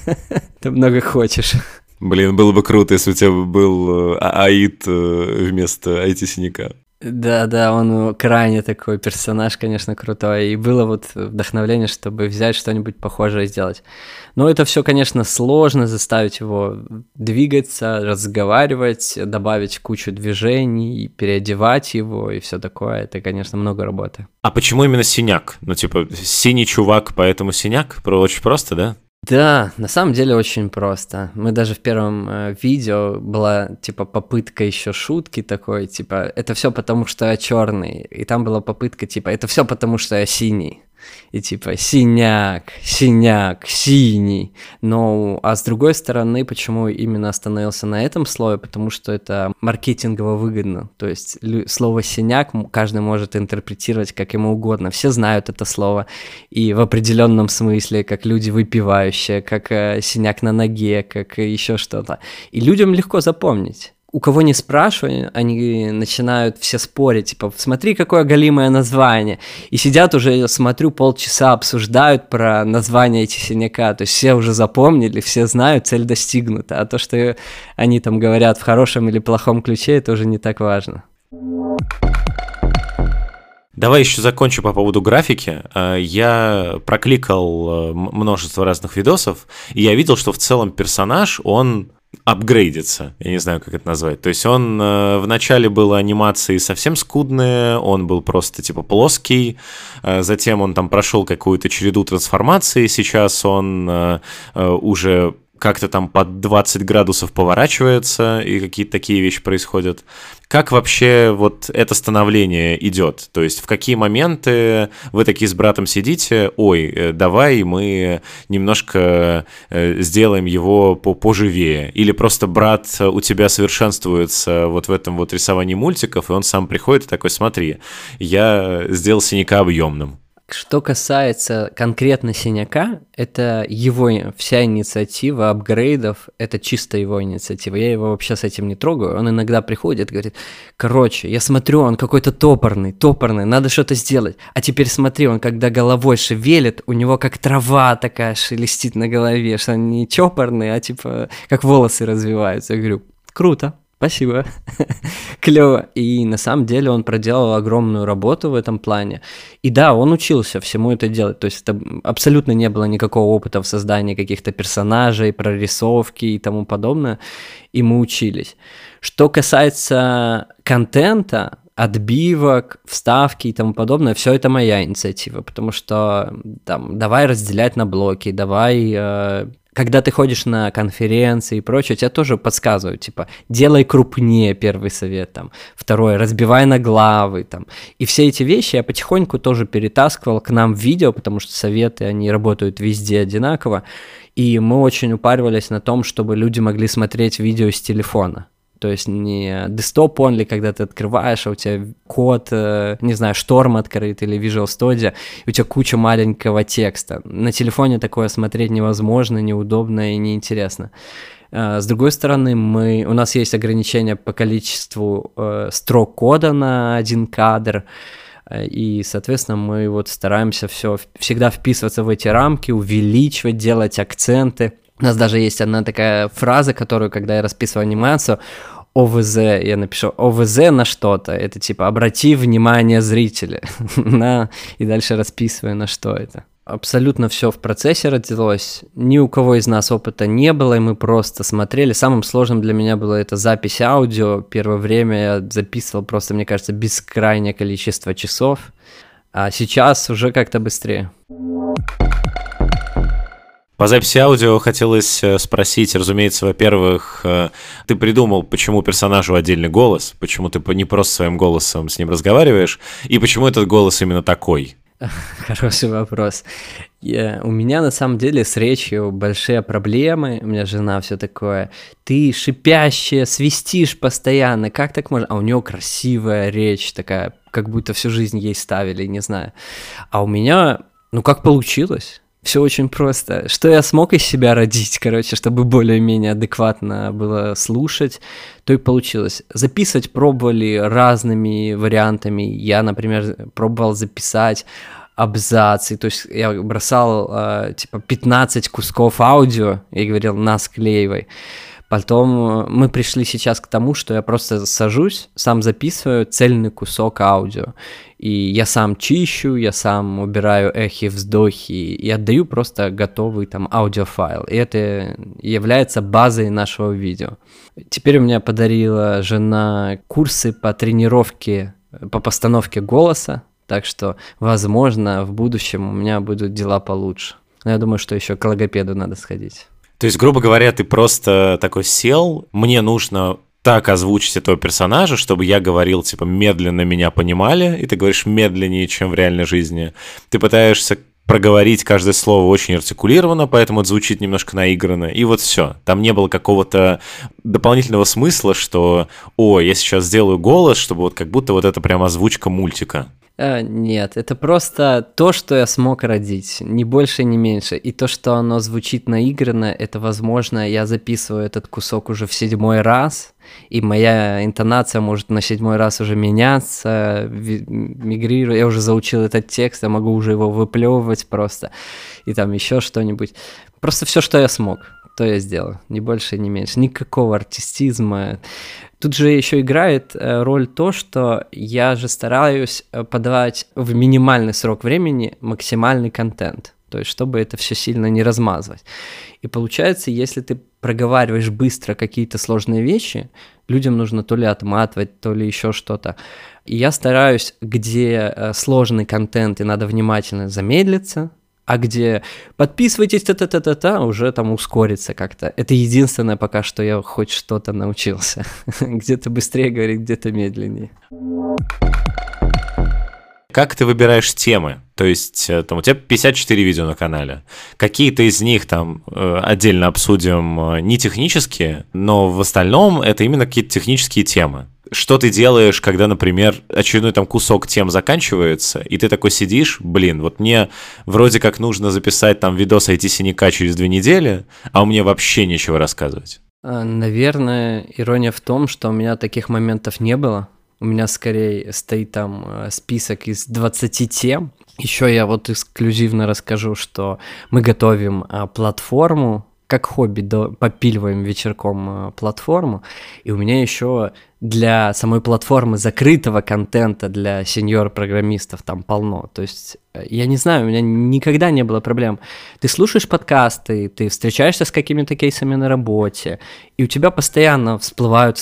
ты много хочешь. Блин, было бы круто, если у тебя был Аид вместо IT-синяка. Да, он крайне такой персонаж, конечно, крутой, и было вот вдохновление, чтобы взять что-нибудь похожее сделать. Но это все, конечно, сложно, заставить его двигаться, разговаривать, добавить кучу движений, переодевать его и все такое, это, конечно, много работы. А почему именно синяк? Ну, типа, синий чувак, поэтому синяк? Очень просто, да? Да, на самом деле очень просто. Мы даже в первом видео была типа попытка еще шутки такой, типа это все потому, что я черный, и там была попытка типа это все потому, что я синий. И типа синяк, синий. Но, а с другой стороны, почему именно остановился на этом слове? Потому что это маркетингово выгодно. То есть слово синяк каждый может интерпретировать как ему угодно. Все знают это слово. И в определенном смысле, как люди выпивающие, как синяк на ноге, как еще что-то. И людям легко запомнить. У кого не спрашивай, они начинают все спорить, типа, смотри, какое голимое название. И сидят уже, смотрю, полчаса обсуждают про название этих синяка. То есть все уже запомнили, все знают, цель достигнута. А то, что они там говорят в хорошем или плохом ключе, это уже не так важно. Давай еще закончу по поводу графики. Я прокликал множество разных видосов, и я видел, что в целом персонаж, он апгрейдится, я не знаю, как это назвать. То есть он вначале был анимации совсем скудные, он был просто типа плоский, затем он там прошел какую-то череду трансформаций, сейчас он уже как-то там под 20 градусов поворачивается, и какие-то такие вещи происходят. Как вообще вот это становление идет? То есть в какие моменты вы такие с братом сидите, ой, давай мы немножко сделаем его поживее? Или просто брат у тебя совершенствуется вот в этом вот рисовании мультиков, и он сам приходит и такой, смотри, я сделал синяка объемным. Что касается конкретно Синяка, это его вся инициатива апгрейдов, это чисто его инициатива. Я его вообще с этим не трогаю. Он иногда приходит и говорит: короче, я смотрю, он какой-то топорный, надо что-то сделать. А теперь смотри, он когда головой шевелит, у него как трава такая шелестит на голове, что он не чопорный, а типа как волосы развиваются. Я говорю: круто. Спасибо, клево. И на самом деле он проделал огромную работу в этом плане. И да, он учился всему это делать. То есть это абсолютно не было никакого опыта в создании каких-то персонажей, прорисовки и тому подобное. И мы учились. Что касается контента, отбивок, вставки и тому подобное, все это моя инициатива. Потому что там, давай разделять на блоки, давай... Когда ты ходишь на конференции и прочее, тебе тоже подсказывают, типа, делай крупнее, первый совет, там, второй, разбивай на главы, там. И все эти вещи я потихоньку тоже перетаскивал к нам в видео, потому что советы, они работают везде одинаково, и мы очень упаривались на том, чтобы люди могли смотреть видео с телефона. То есть не desktop only, когда ты открываешь, а у тебя код, не знаю, Шторм открыт или Visual Studio, и у тебя куча маленького текста. На телефоне такое смотреть невозможно, неудобно и неинтересно. С другой стороны, у нас есть ограничения по количеству строк кода на один кадр, и, соответственно, мы вот стараемся всегда вписываться в эти рамки, увеличивать, делать акценты. У нас даже есть одна такая фраза, которую, когда я расписываю анимацию, ОВЗ, я напишу ОВЗ на что-то, это типа обрати внимание зрителя, и дальше расписываю, на что это. Абсолютно все в процессе родилось, ни у кого из нас опыта не было, и мы просто смотрели. Самым сложным для меня было это запись аудио. Первое время я записывал просто, мне кажется, бескрайнее количество часов, а сейчас уже как-то быстрее. По записи аудио хотелось спросить, разумеется, во-первых, ты придумал, почему персонажу отдельный голос, почему ты не просто своим голосом с ним разговариваешь, и почему этот голос именно такой? Хороший вопрос. У меня на самом деле с речью большие проблемы, у меня жена все такое, ты шипящая, свистишь постоянно, как так можно? А у нее красивая речь такая, как будто всю жизнь ей ставили, не знаю. А у меня, как получилось? Все очень просто. Что я смог из себя родить, чтобы более-менее адекватно было слушать, то и получилось. Записывать пробовали разными вариантами. Я, например, пробовал записать абзацы, то есть я бросал 15 кусков аудио и говорил: на, склеивай. Потом мы пришли сейчас к тому, что я просто сажусь, сам записываю цельный кусок аудио. И я сам чищу, я сам убираю эхи, вздохи и отдаю просто готовый там аудиофайл. И это является базой нашего видео. Теперь у меня подарила жена курсы по тренировке, по постановке голоса. Так что, возможно, в будущем у меня будут дела получше. Но я думаю, что еще к логопеду надо сходить. То есть, грубо говоря, ты просто такой сел, мне нужно так озвучить этого персонажа, чтобы я говорил, типа, медленно меня понимали, и ты говоришь медленнее, чем в реальной жизни. Ты пытаешься проговорить каждое слово очень артикулированно, поэтому это звучит немножко наигранно, и вот все. Там не было какого-то дополнительного смысла, что, я сейчас сделаю голос, чтобы вот как будто вот это прям озвучка мультика. Нет, это просто то, что я смог родить, ни больше, ни меньше. И то, что оно звучит наигранно, это, возможно, я записываю этот кусок уже в 7-й раз, и моя интонация может на 7-й раз уже меняться, мигрировать. Я уже заучил этот текст, я могу уже его выплевывать просто, и там еще что-нибудь. Просто все, что я смог, то я сделал, ни больше, ни меньше. Никакого артистизма. Тут же еще играет роль то, что я же стараюсь подавать в минимальный срок времени максимальный контент, то есть чтобы это все сильно не размазывать. И получается, если ты проговариваешь быстро какие-то сложные вещи, людям нужно то ли отматывать, то ли еще что-то. И я стараюсь, где сложный контент и надо внимательно замедлиться, а где подписывайтесь, уже там ускорится как-то. Это единственное пока что я хоть что-то научился. Где-то быстрее говорить, где-то медленнее. Как ты выбираешь темы? То есть там у тебя 54 видео на канале. Какие-то из них там отдельно обсудим не технические, но в остальном это именно какие-то технические темы. Что ты делаешь, когда, например, очередной там кусок тем заканчивается, и ты такой сидишь, блин, вот мне вроде как нужно записать там видос IT-синяка через 2 недели, а у меня вообще нечего рассказывать. Наверное, ирония в том, что у меня таких моментов не было. У меня скорее стоит там список из 20 тем. Еще я вот эксклюзивно расскажу, что мы готовим платформу, как хобби, попиливаем вечерком платформу, и у меня еще для самой платформы закрытого контента для сеньор-программистов там полно. То есть, я не знаю, у меня никогда не было проблем. Ты слушаешь подкасты, ты встречаешься с какими-то кейсами на работе, и у тебя постоянно всплывают,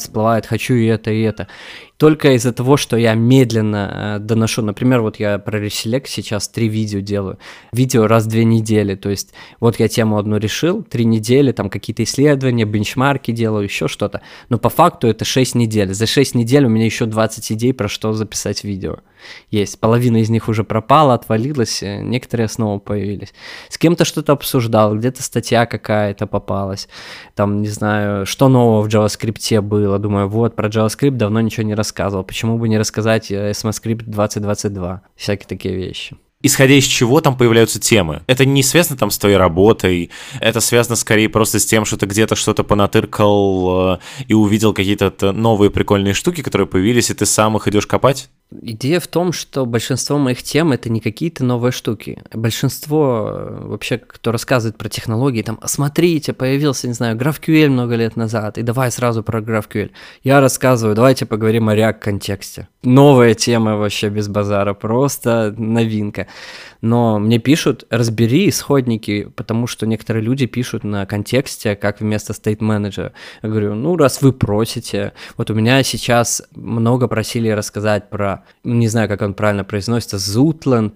хочу и это, и это. Только из-за того, что я медленно доношу, например, вот я про Reselect сейчас 3 видео делаю, видео раз в 2 недели, то есть вот я тему одну решил, 3 недели, там какие-то исследования, бенчмарки делаю, еще что-то, но по факту это 6 недель, за 6 недель у меня еще 20 идей, про что записать видео есть, половина из них уже пропала, отвалилась, некоторые снова появились, с кем-то что-то обсуждал, где-то статья какая-то попалась, там, не знаю, что нового в JavaScript было, думаю, вот, про JavaScript давно ничего не рассказывал, почему бы не рассказать ECMAScript 2022, всякие такие вещи. Исходя из чего там появляются темы? Это не связано там с твоей работой, это связано скорее просто с тем, что ты где-то что-то понатыркал и увидел какие-то новые прикольные штуки, которые появились, и ты сам их идешь копать? Идея в том, что большинство моих тем — это не какие-то новые штуки. Большинство вообще, кто рассказывает про технологии, там, смотрите, появился, не знаю, GraphQL много лет назад, и давай сразу про GraphQL. Я рассказываю, давайте поговорим о React-контексте. Новая тема вообще без базара, просто новинка. Но мне пишут, разбери исходники, потому что некоторые люди пишут на контексте, как вместо state manager. Я говорю, ну, раз вы просите. Вот у меня сейчас много просили рассказать про, не знаю, как он правильно произносится, Zutland,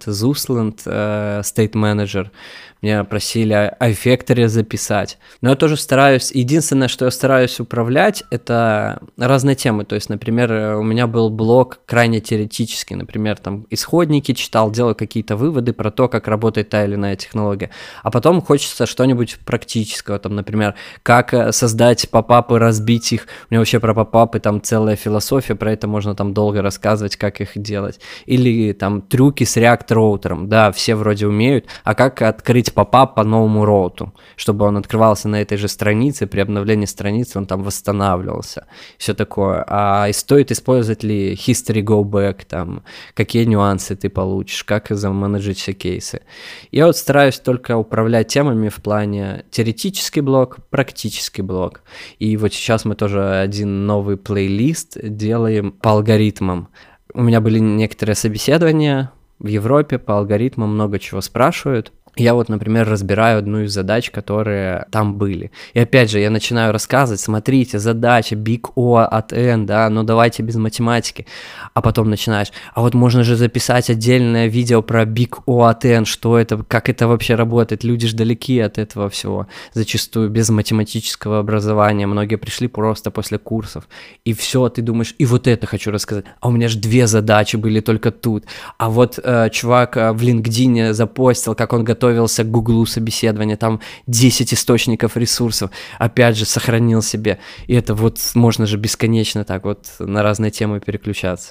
state manager. Меня просили о Vector записать. Но я тоже стараюсь, единственное, что я стараюсь управлять, это разные темы. То есть, например, у меня был блог крайне теоретический. Например, там исходники читал, делал какие-то выводы про то, как работает та или иная технология. А потом хочется что-нибудь практического. Там, например, как создать попапы, разбить их. У меня вообще про попапы там целая философия, про это можно там долго рассказывать, как их делать. Или там трюки с React-роутером. Да, все вроде умеют. А как открыть попап по новому роуту, чтобы он открывался на этой же странице, при обновлении страницы он там восстанавливался, все такое. А стоит использовать ли history go back, там, какие нюансы ты получишь, как заменеджить все кейсы. Я вот стараюсь только управлять темами в плане теоретический блок, практический блок. И вот сейчас мы тоже один новый плейлист делаем по алгоритмам. У меня были некоторые собеседования в Европе по алгоритмам, много чего спрашивают. Я вот, например, разбираю одну из задач, которые там были. И опять же, я начинаю рассказывать, смотрите, задача big O от N, да, но давайте без математики. А потом начинаешь, а вот можно же записать отдельное видео про big O от N, что это, как это вообще работает. Люди же далеки от этого всего, зачастую без математического образования. Многие пришли просто после курсов. И все, ты думаешь, и вот это хочу рассказать. А у меня же 2 задачи были только тут. А вот чувак в LinkedIn запостил, как он готовился к Гуглу собеседования, там 10 источников ресурсов, опять же, сохранил себе. И это вот можно же бесконечно так вот на разные темы переключаться.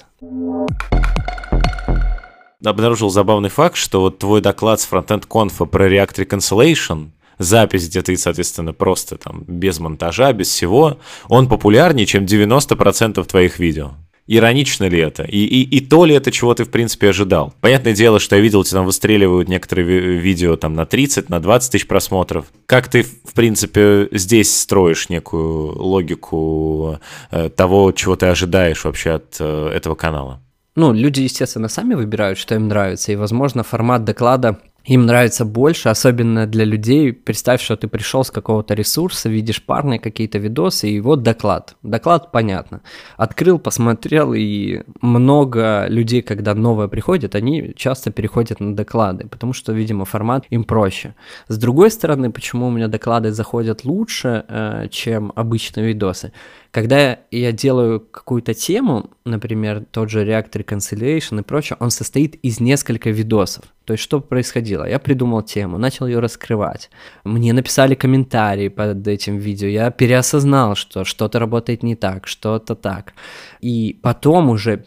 Обнаружил забавный факт, что вот твой доклад с Frontend Conf про React Reconciliation, запись, где ты, соответственно, просто там без монтажа, без всего, он популярнее, чем 90% твоих видео. Иронично ли это? И то ли это, чего ты, в принципе, ожидал? Понятное дело, что я видел, тебя там выстреливают некоторые видео там на 30, на 20 тысяч просмотров. Как ты, в принципе, здесь строишь некую логику того, чего ты ожидаешь вообще от этого канала? Ну, люди, естественно, сами выбирают, что им нравится, и, возможно, формат доклада им нравится больше, особенно для людей. Представь, что ты пришел с какого-то ресурса, видишь парные какие-то видосы, и вот доклад. Доклад понятно. Открыл, посмотрел, и много людей, когда новое приходит, они часто переходят на доклады, потому что, видимо, формат им проще. С другой стороны, почему у меня доклады заходят лучше, чем обычные видосы? Когда я делаю какую-то тему, например, тот же React Reconciliation и прочее, он состоит из нескольких видосов. То есть что происходило? Я придумал тему, начал ее раскрывать. Мне написали комментарии под этим видео, я переосознал, что что-то работает не так, что-то так. И потом уже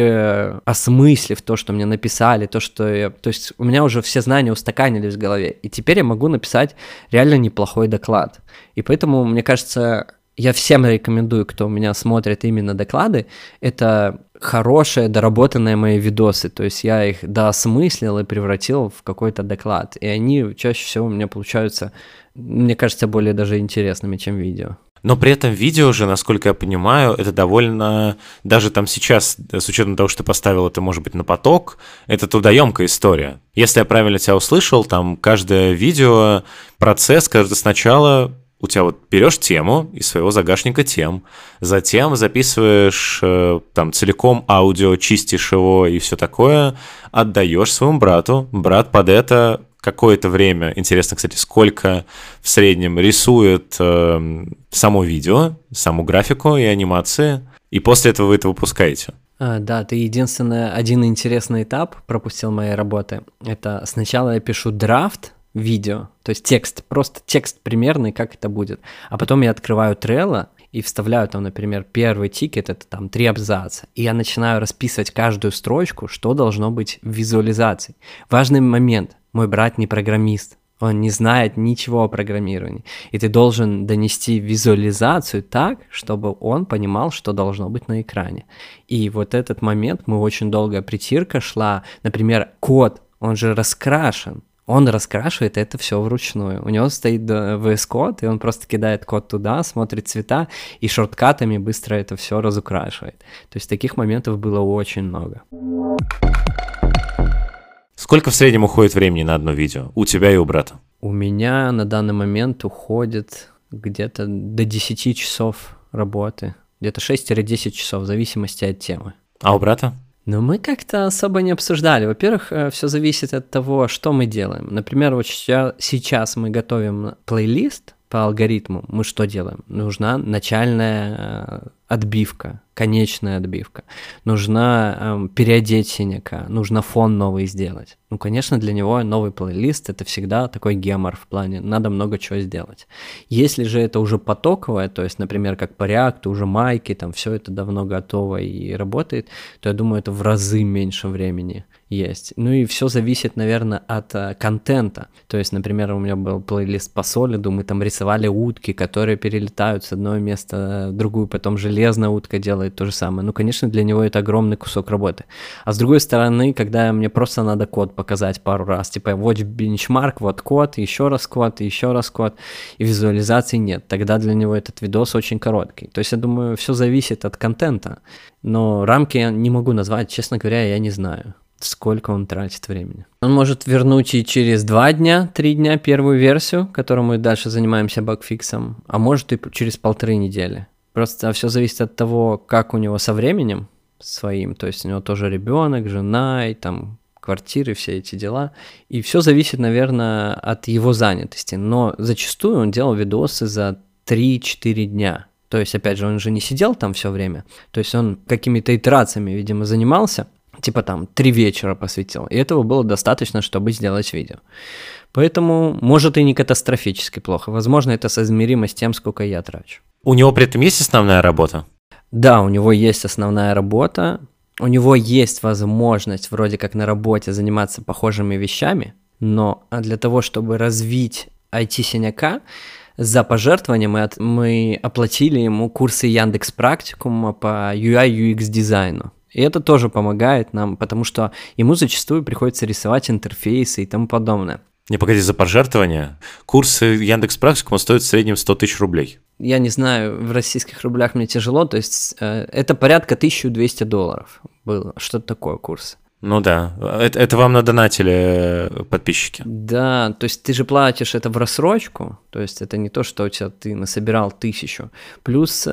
переосмыслив то, что мне написали, то есть у меня уже все знания устаканились в голове, и теперь я могу написать реально неплохой доклад. И поэтому, мне кажется, я всем рекомендую, кто меня смотрит именно доклады, это хорошие, доработанные мои видосы, то есть я их доосмыслил и превратил в какой-то доклад, и они чаще всего у меня получаются, мне кажется, более даже интересными, чем видео. Но при этом видео же, насколько я понимаю, это довольно, даже там сейчас, с учетом того, что ты поставил это, может быть, на поток, это трудоемкая история. Если я правильно тебя услышал, там каждое видео, процесс, каждый сначала у тебя вот берешь тему из своего загашника тем, затем записываешь там целиком аудио, чистишь его и все такое, отдаешь своему брату, брат под это какое-то время, интересно, кстати, сколько в среднем рисует само видео, саму графику и анимации, и после этого вы это выпускаете. Да, ты один интересный этап пропустил моей работы. Это сначала я пишу драфт видео, то есть текст, просто текст примерный, как это будет. А потом я открываю Trello и вставляю там, например, первый тикет, это там 3 абзаца, и я начинаю расписывать каждую строчку, что должно быть в визуализации. Важный момент. Мой брат не программист, он не знает ничего о программировании, и ты должен донести визуализацию так, чтобы он понимал, что должно быть на экране. И вот этот момент, мы очень долгая притирка шла, например, код, он же раскрашен, он раскрашивает это все вручную. У него стоит VS Code, и он просто кидает код туда, смотрит цвета и шорткатами быстро это все разукрашивает. То есть таких моментов было очень много. Сколько в среднем уходит времени на одно видео у тебя и у брата? У меня на данный момент уходит где-то до 10 часов работы. Где-то 6-10 часов, в зависимости от темы. А у брата? Но мы как-то особо не обсуждали. Во-первых, все зависит от того, что мы делаем. Например, вот сейчас мы готовим плейлист по алгоритму. Мы что делаем? Нужна начальная отбивка, конечная отбивка. Нужно переодеть синяка, нужно фон новый сделать. Ну, конечно, для него новый плейлист — это всегда такой гемор в плане, надо много чего сделать. Если же это уже потоковое, то есть, например, как по React, уже майки, там все это давно готово и работает, то я думаю, это в разы меньше времени есть. Ну и все зависит, наверное, от контента. То есть, например, у меня был плейлист по Solid, мы там рисовали утки, которые перелетают с одного места в другую, потом железная утка делает то же самое. Ну, конечно, для него это огромный кусок работы. А с другой стороны, когда мне просто надо код показать пару раз, типа watch benchmark, вот код, еще раз код, и визуализации нет, тогда для него этот видос очень короткий. То есть, я думаю, все зависит от контента, но рамки я не могу назвать, честно говоря, я не знаю, сколько он тратит времени. Он может вернуть и через 2 дня, 3 дня первую версию, которой мы дальше занимаемся багфиксом, а может и через 1,5 недели. Просто все зависит от того, как у него со временем своим, то есть у него тоже ребенок, жена и там квартиры, все эти дела. И все зависит, наверное, от его занятости. Но зачастую он делал видосы за 3-4 дня. То есть, опять же, он же не сидел там все время. То есть он какими-то итерациями, видимо, занимался. Типа там 3 вечера посвятил. И этого было достаточно, чтобы сделать видео. Поэтому, может, и не катастрофически плохо. Возможно, это соизмеримо с тем, сколько я трачу. У него при этом есть основная работа? Да, у него есть основная работа. У него есть возможность вроде как на работе заниматься похожими вещами. Но для того, чтобы развить IT-синяка, за пожертвование мы оплатили ему курсы Яндекс.Практикума по UI/UX дизайну. И это тоже помогает нам, потому что ему зачастую приходится рисовать интерфейсы и тому подобное. Не, погоди, за пожертвование. Курсы Яндекс.Практикума стоят в среднем 100 тысяч рублей. Я не знаю, в российских рублях мне тяжело, то есть это порядка $1200 было. Что-то такое курс. Ну да, это вам надонатили подписчики. Да, то есть ты же платишь это в рассрочку, то есть это не то, что у тебя ты насобирал 1000. Плюс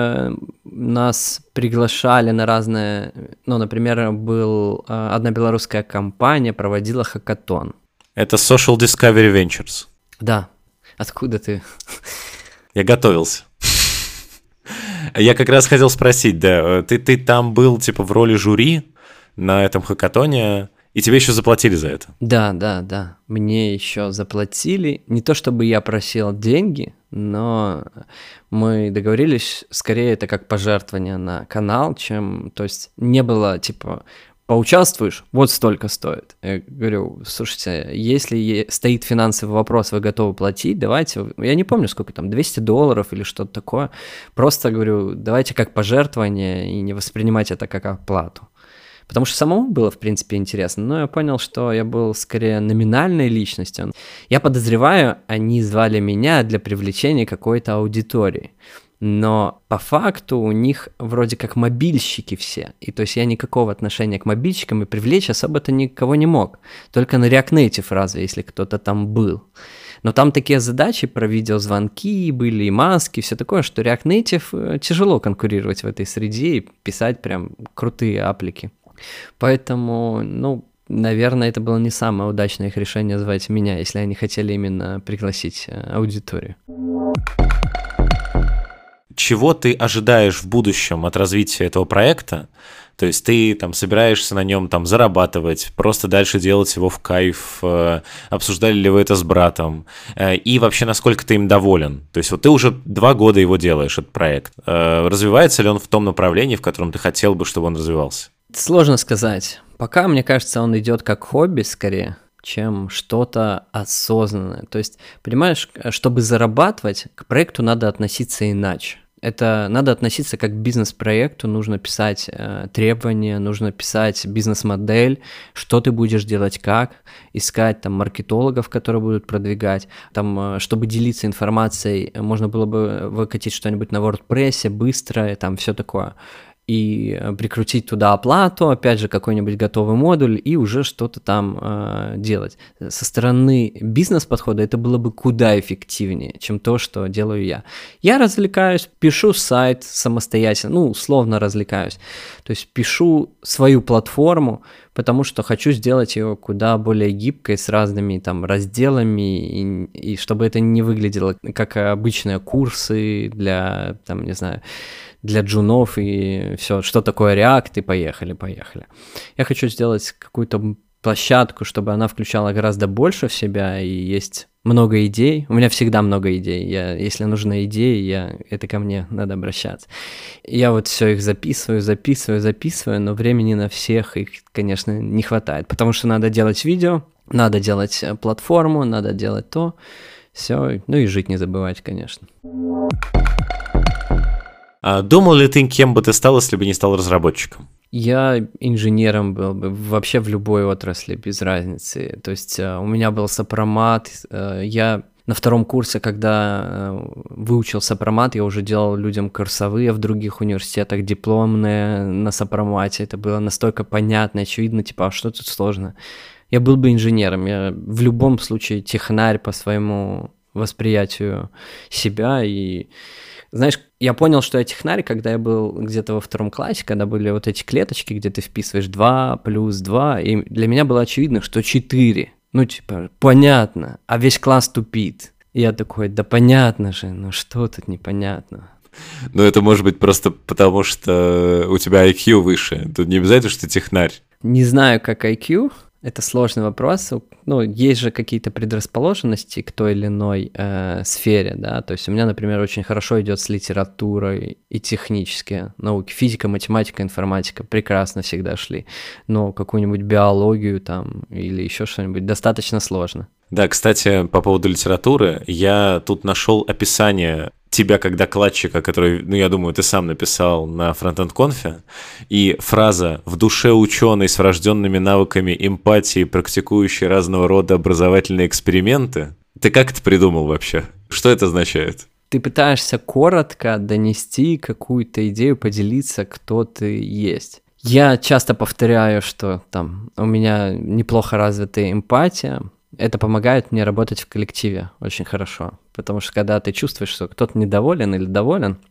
нас приглашали на разные, ну, например, одна белорусская компания проводила хакатон. Это Social Discovery Ventures. Да, откуда ты? Я готовился. Я как раз хотел спросить, да, ты там был типа в роли жюри на этом хакатоне, и тебе еще заплатили за это? Да. Мне еще заплатили. Не то чтобы я просил деньги, но мы договорились, скорее это как пожертвование на канал, чем... То есть не было типа... Поучаствуешь, вот столько стоит. Я говорю, слушайте, если стоит финансовый вопрос, вы готовы платить, давайте, я не помню, сколько там, $200 или что-то такое. Просто говорю, давайте как пожертвование и не воспринимать это как оплату. Потому что самому было, в принципе, интересно, но я понял, что я был скорее номинальной личностью. Я подозреваю, они звали меня для привлечения какой-то аудитории. Но по факту у них вроде как мобильщики все. И то есть я никакого отношения к мобильщикам и привлечь особо-то никого не мог. Только на React Native разве, если кто-то там был. Но там такие задачи про видеозвонки были, и маски, все такое, что React Native тяжело конкурировать в этой среде и писать прям крутые аплики. Поэтому, наверное, это было не самое удачное их решение звать меня, если они хотели именно пригласить аудиторию. Чего ты ожидаешь в будущем от развития этого проекта? То есть ты там собираешься на нем там зарабатывать, просто дальше делать его в кайф, обсуждали ли вы это с братом, и вообще насколько ты им доволен? То есть вот ты уже 2 года его делаешь, этот проект. Развивается ли он в том направлении, в котором ты хотел бы, чтобы он развивался? Сложно сказать. Пока, мне кажется, он идет как хобби скорее, чем что-то осознанное. То есть, понимаешь, чтобы зарабатывать, к проекту надо относиться иначе. Это надо относиться как к бизнес-проекту, нужно писать требования, нужно писать бизнес-модель, что ты будешь делать, как, искать там маркетологов, которые будут продвигать, там, чтобы делиться информацией, можно было бы выкатить что-нибудь на WordPress, быстро, там все такое. И прикрутить туда оплату, опять же, какой-нибудь готовый модуль и уже что-то там делать. Со стороны бизнес-подхода это было бы куда эффективнее, чем то, что делаю я. Я развлекаюсь, пишу сайт самостоятельно, условно развлекаюсь. То есть пишу свою платформу, потому что хочу сделать ее куда более гибкой, с разными там разделами, и чтобы это не выглядело как обычные курсы для, там, не знаю, для джунов и все, что такое React, и поехали. Я хочу сделать какую-то площадку, чтобы она включала гораздо больше в себя, и есть много идей. У меня всегда много идей. Если нужны идеи, это ко мне надо обращаться. Я вот все их записываю, но времени на всех их, конечно, не хватает, потому что надо делать видео, надо делать платформу, надо делать то, все, и жить не забывать, конечно. А думал ли ты, кем бы ты стал, если бы не стал разработчиком? Я инженером был бы вообще в любой отрасли, без разницы. То есть у меня был сопромат, я на 2 курсе, когда выучил сопромат, я уже делал людям курсовые в других университетах, дипломные на сопромате. Это было настолько понятно, очевидно, типа, а что тут сложно? Я был бы инженером, я в любом случае технарь по своему восприятию себя. И знаешь, я понял, что я технарь, когда я был где-то во 2 классе, когда были вот эти клеточки, где ты вписываешь 2 плюс 2, и для меня было очевидно, что 4. Понятно, а весь класс тупит. И я такой, да понятно же, что тут непонятно? Это может быть просто потому, что у тебя IQ выше. Тут не обязательно, что ты технарь. Не знаю, как IQ. Это сложный вопрос. Есть же какие-то предрасположенности к той или иной сфере, да. То есть у меня, например, очень хорошо идет с литературой и технические науки. Физика, математика, информатика прекрасно всегда шли. Но какую-нибудь биологию там или еще что-нибудь достаточно сложно. Да, кстати, по поводу литературы, я тут нашел описание тебя как докладчика, который, я думаю, ты сам написал на фронтенд-конфе, и фраза «в душе ученый с врожденными навыками эмпатии, практикующий разного рода образовательные эксперименты». Ты как это придумал вообще? Что это означает? Ты пытаешься коротко донести какую-то идею, поделиться, кто ты есть. Я часто повторяю, что там у меня неплохо развитая эмпатия. Это помогает мне работать в коллективе очень хорошо, потому что когда ты чувствуешь, что кто-то недоволен или доволен,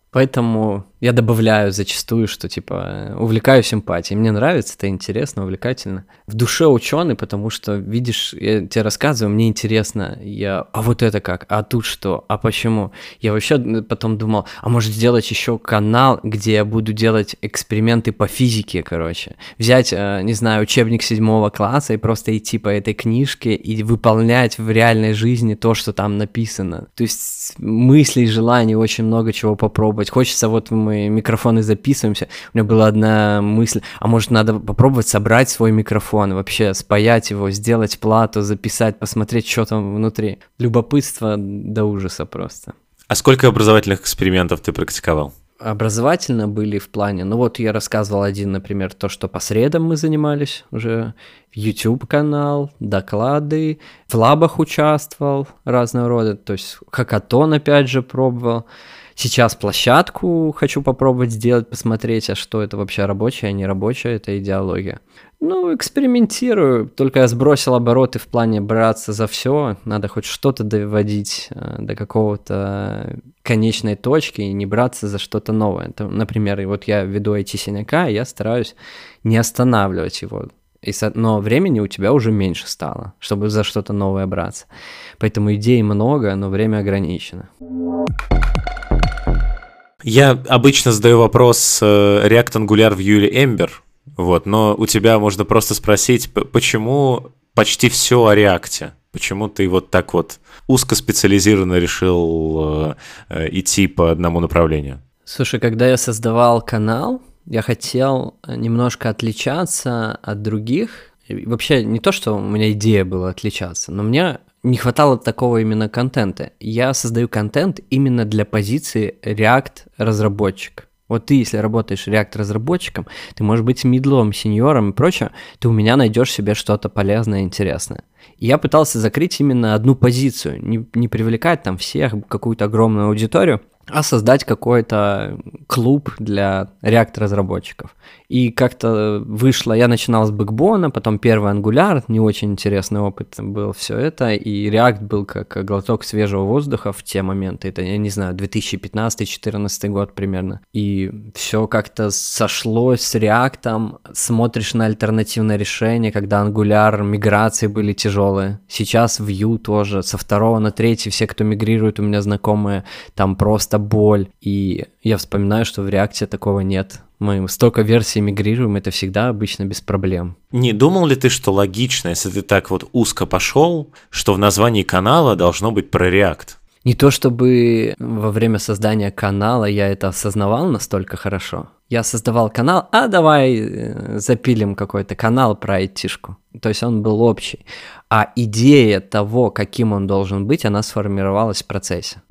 Поэтому я добавляю зачастую, что типа увлекаюсь эмпатией. Мне нравится, это интересно, увлекательно. В душе ученый, потому что, видишь, я тебе рассказываю, мне интересно, а вот это как, а тут что, а почему? Я вообще потом думал, а может сделать еще канал, где я буду делать эксперименты по физике, короче. Взять, не знаю, учебник 7 класса и просто идти по этой книжке и выполнять в реальной жизни то, что там написано. То есть мыслей, желаний, очень много чего попробовать. Хочется, вот мы микрофоны записываемся, у меня была одна мысль, а может надо попробовать собрать свой микрофон, вообще спаять его, сделать плату, записать, посмотреть, что там внутри. Любопытство до ужаса просто. А сколько образовательных экспериментов ты практиковал? Образовательно были в плане, ну вот я рассказывал один, например, то, что по средам мы занимались уже, YouTube-канал, доклады, в лабах участвовал разного рода, то есть хакатон опять же пробовал. Сейчас площадку хочу попробовать сделать, посмотреть, а что это вообще рабочая, а не рабочая, это идеология. Ну, экспериментирую, только я сбросил обороты в плане браться за все, надо хоть что-то доводить до какого-то конечной точки и не браться за что-то новое. Это, например, вот я веду IT-синяка, и я стараюсь не останавливать его. Но времени у тебя уже меньше стало, чтобы за что-то новое браться. Поэтому идей много, но время ограничено. Я обычно задаю вопрос React, Angular, Vue или Ember, вот, но у тебя можно просто спросить, почему почти все о React? Почему ты вот так вот узкоспециализированно решил идти по одному направлению? Слушай, когда я создавал канал, я хотел немножко отличаться от других. И вообще не то, что у меня идея была отличаться, но мне не хватало такого именно контента. Я создаю контент именно для позиции React-разработчик. Вот ты, если работаешь React-разработчиком, ты можешь быть мидлом, сеньором и прочее, ты у меня найдешь себе что-то полезное и интересное. И я пытался закрыть именно одну позицию, не привлекать там всех, какую-то огромную аудиторию, а создать какой-то клуб для React-разработчиков. И как-то вышло, я начинал с бэкбона, потом первый Angular, не очень интересный опыт был все это, и React был как глоток свежего воздуха в те моменты, это, я не знаю, 2015-2014 год примерно. И все как-то сошлось с React, смотришь на альтернативное решение, когда Angular, миграции были тяжелые. Сейчас Vue тоже, со 2 на 3 все, кто мигрирует, у меня знакомые, там просто боль. И я вспоминаю, что в React такого нет. Мы столько версий мигрируем, это всегда обычно без проблем. Не думал ли ты, что логично, если ты так вот узко пошел, что в названии канала должно быть про React? Не то чтобы во время создания канала я это осознавал настолько хорошо. Я создавал канал, давай запилим какой-то канал про айтишку. То есть он был общий. А идея того, каким он должен быть, она сформировалась в процессе.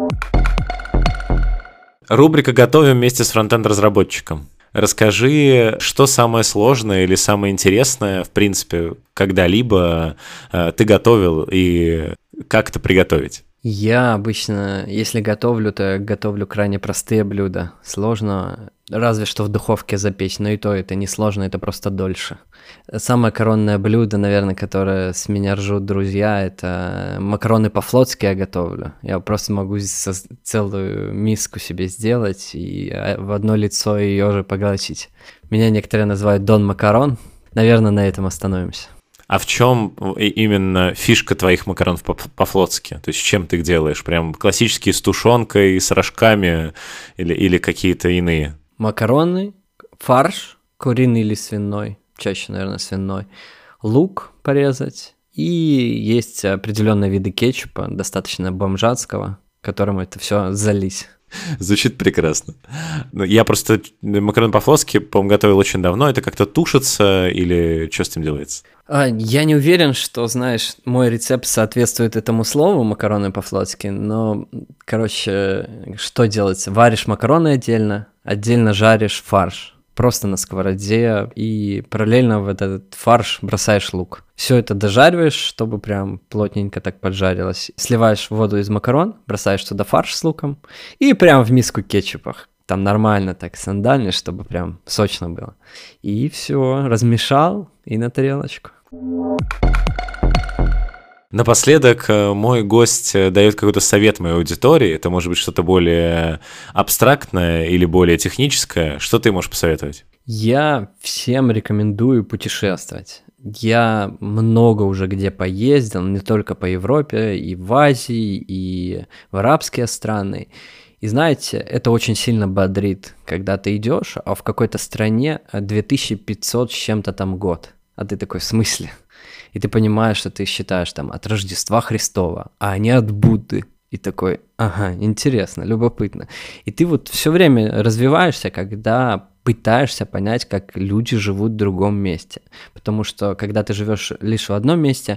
Рубрика «Готовим вместе с фронтенд-разработчиком». Расскажи, что самое сложное или самое интересное, в принципе, когда-либо ты готовил и как это приготовить? Я обычно, если готовлю, то готовлю крайне простые блюда. Сложно, разве что в духовке запечь, но и то это не сложно, это просто дольше. Самое коронное блюдо, наверное, которое с меня ржут друзья, это макароны по-флотски я готовлю. Я просто могу целую миску себе сделать и в одно лицо ее же поглотить. Меня некоторые называют Дон Макарон. Наверное, на этом остановимся. А в чем именно фишка твоих макарон по-флотски? То есть с чем ты их делаешь? Прям классические с тушенкой, с рожками или какие-то иные? Макароны, фарш, куриный или свиной, чаще, наверное, свиной, лук порезать. И есть определенные виды кетчупа, достаточно бомжатского, которым это все залить. Звучит прекрасно. Я просто макароны по-флотски, по-моему, готовил очень давно. Это как-то тушится или что с этим делается? Я не уверен, что, знаешь, мой рецепт соответствует этому слову макароны по-флотски, но, короче, что делается? Варишь макароны отдельно жаришь фарш. Просто на сковороде, и параллельно в этот фарш бросаешь лук. Все это дожариваешь, чтобы прям плотненько так поджарилось. Сливаешь воду из макарон, бросаешь туда фарш с луком, и прям в миску кетчупа. Там нормально так сандальнешь, чтобы прям сочно было. И все, размешал и на тарелочку. Напоследок, мой гость дает какой-то совет моей аудитории. Это может быть что-то более абстрактное или более техническое. Что ты можешь посоветовать? Я всем рекомендую путешествовать. Я много уже где поездил, не только по Европе, и в Азии, и в арабские страны. И знаете, это очень сильно бодрит, когда ты идешь, а в какой-то стране 2500 с чем-то там год. А ты такой, в смысле? И ты понимаешь, что ты считаешь там от Рождества Христова, а они от Будды. И такой, ага, интересно, любопытно. И ты вот все время развиваешься, когда пытаешься понять, как люди живут в другом месте. Потому что когда ты живешь лишь в одном месте,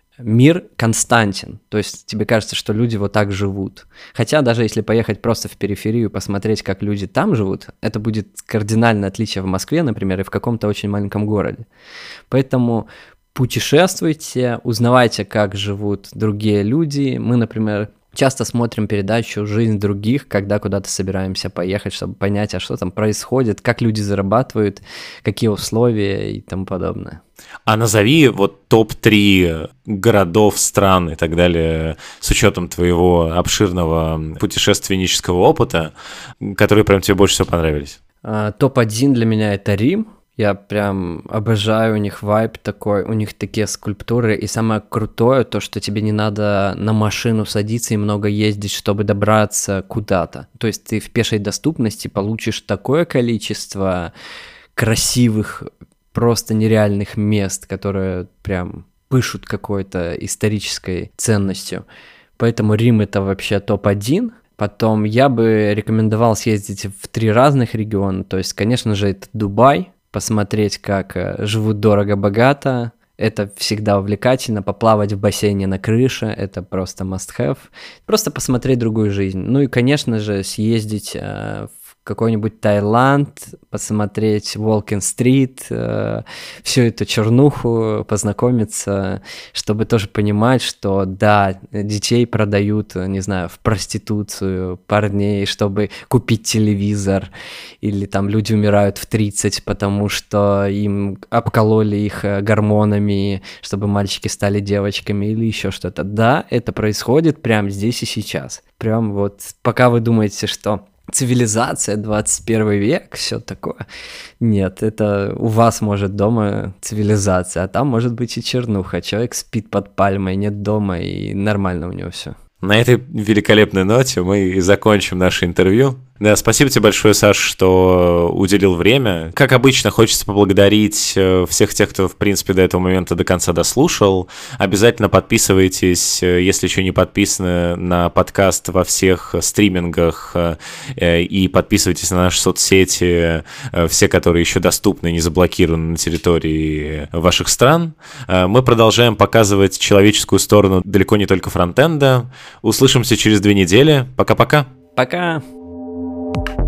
мир константен. То есть тебе кажется, что люди вот так живут. Хотя даже если поехать просто в периферию, посмотреть, как люди там живут, это будет кардинальное отличие в Москве, например, и в каком-то очень маленьком городе. Поэтому путешествуйте, узнавайте, как живут другие люди. Мы, например, часто смотрим передачу «Жизнь других», когда куда-то собираемся поехать, чтобы понять, а что там происходит, как люди зарабатывают, какие условия и тому подобное. А назови вот топ-3 городов, стран и так далее, с учетом твоего обширного путешественнического опыта, которые прям тебе больше всего понравились. Топ-1 для меня — это Рим. Я прям обожаю, у них вайб такой, у них такие скульптуры, и самое крутое то, что тебе не надо на машину садиться и много ездить, чтобы добраться куда-то. То есть ты в пешей доступности получишь такое количество красивых, просто нереальных мест, которые прям пышут какой-то исторической ценностью. Поэтому Рим — это вообще топ-1. Потом я бы рекомендовал съездить в 3 разных региона, то есть, конечно же, это Дубай, посмотреть, как живут дорого-богато, это всегда увлекательно, поплавать в бассейне на крыше, это просто must-have, просто посмотреть другую жизнь. Ну и, конечно же, съездить в какой-нибудь Таиланд, посмотреть Walking Street, всю эту чернуху, познакомиться, чтобы тоже понимать, что да, детей продают, не знаю, в проституцию, парней, чтобы купить телевизор, или там люди умирают в 30, потому что им обкололи их гормонами, чтобы мальчики стали девочками, или еще что-то. Да, это происходит прямо здесь и сейчас. Прям вот пока вы думаете, что цивилизация, 21 век, все такое. Нет, это у вас может дома цивилизация, а там может быть и чернуха. Человек спит под пальмой, нет дома, и нормально у него все. На этой великолепной ноте мы и закончим наше интервью. Да, спасибо тебе большое, Саш, что уделил время. Как обычно, хочется поблагодарить всех тех, кто, в принципе, до этого момента до конца дослушал. Обязательно подписывайтесь, если еще не подписаны, на подкаст во всех стримингах, и подписывайтесь на наши соцсети, все, которые еще доступны, не заблокированы на территории ваших стран. Мы продолжаем показывать человеческую сторону далеко не только фронтенда. Услышимся через 2 недели. Пока-пока. Пока! Thank you.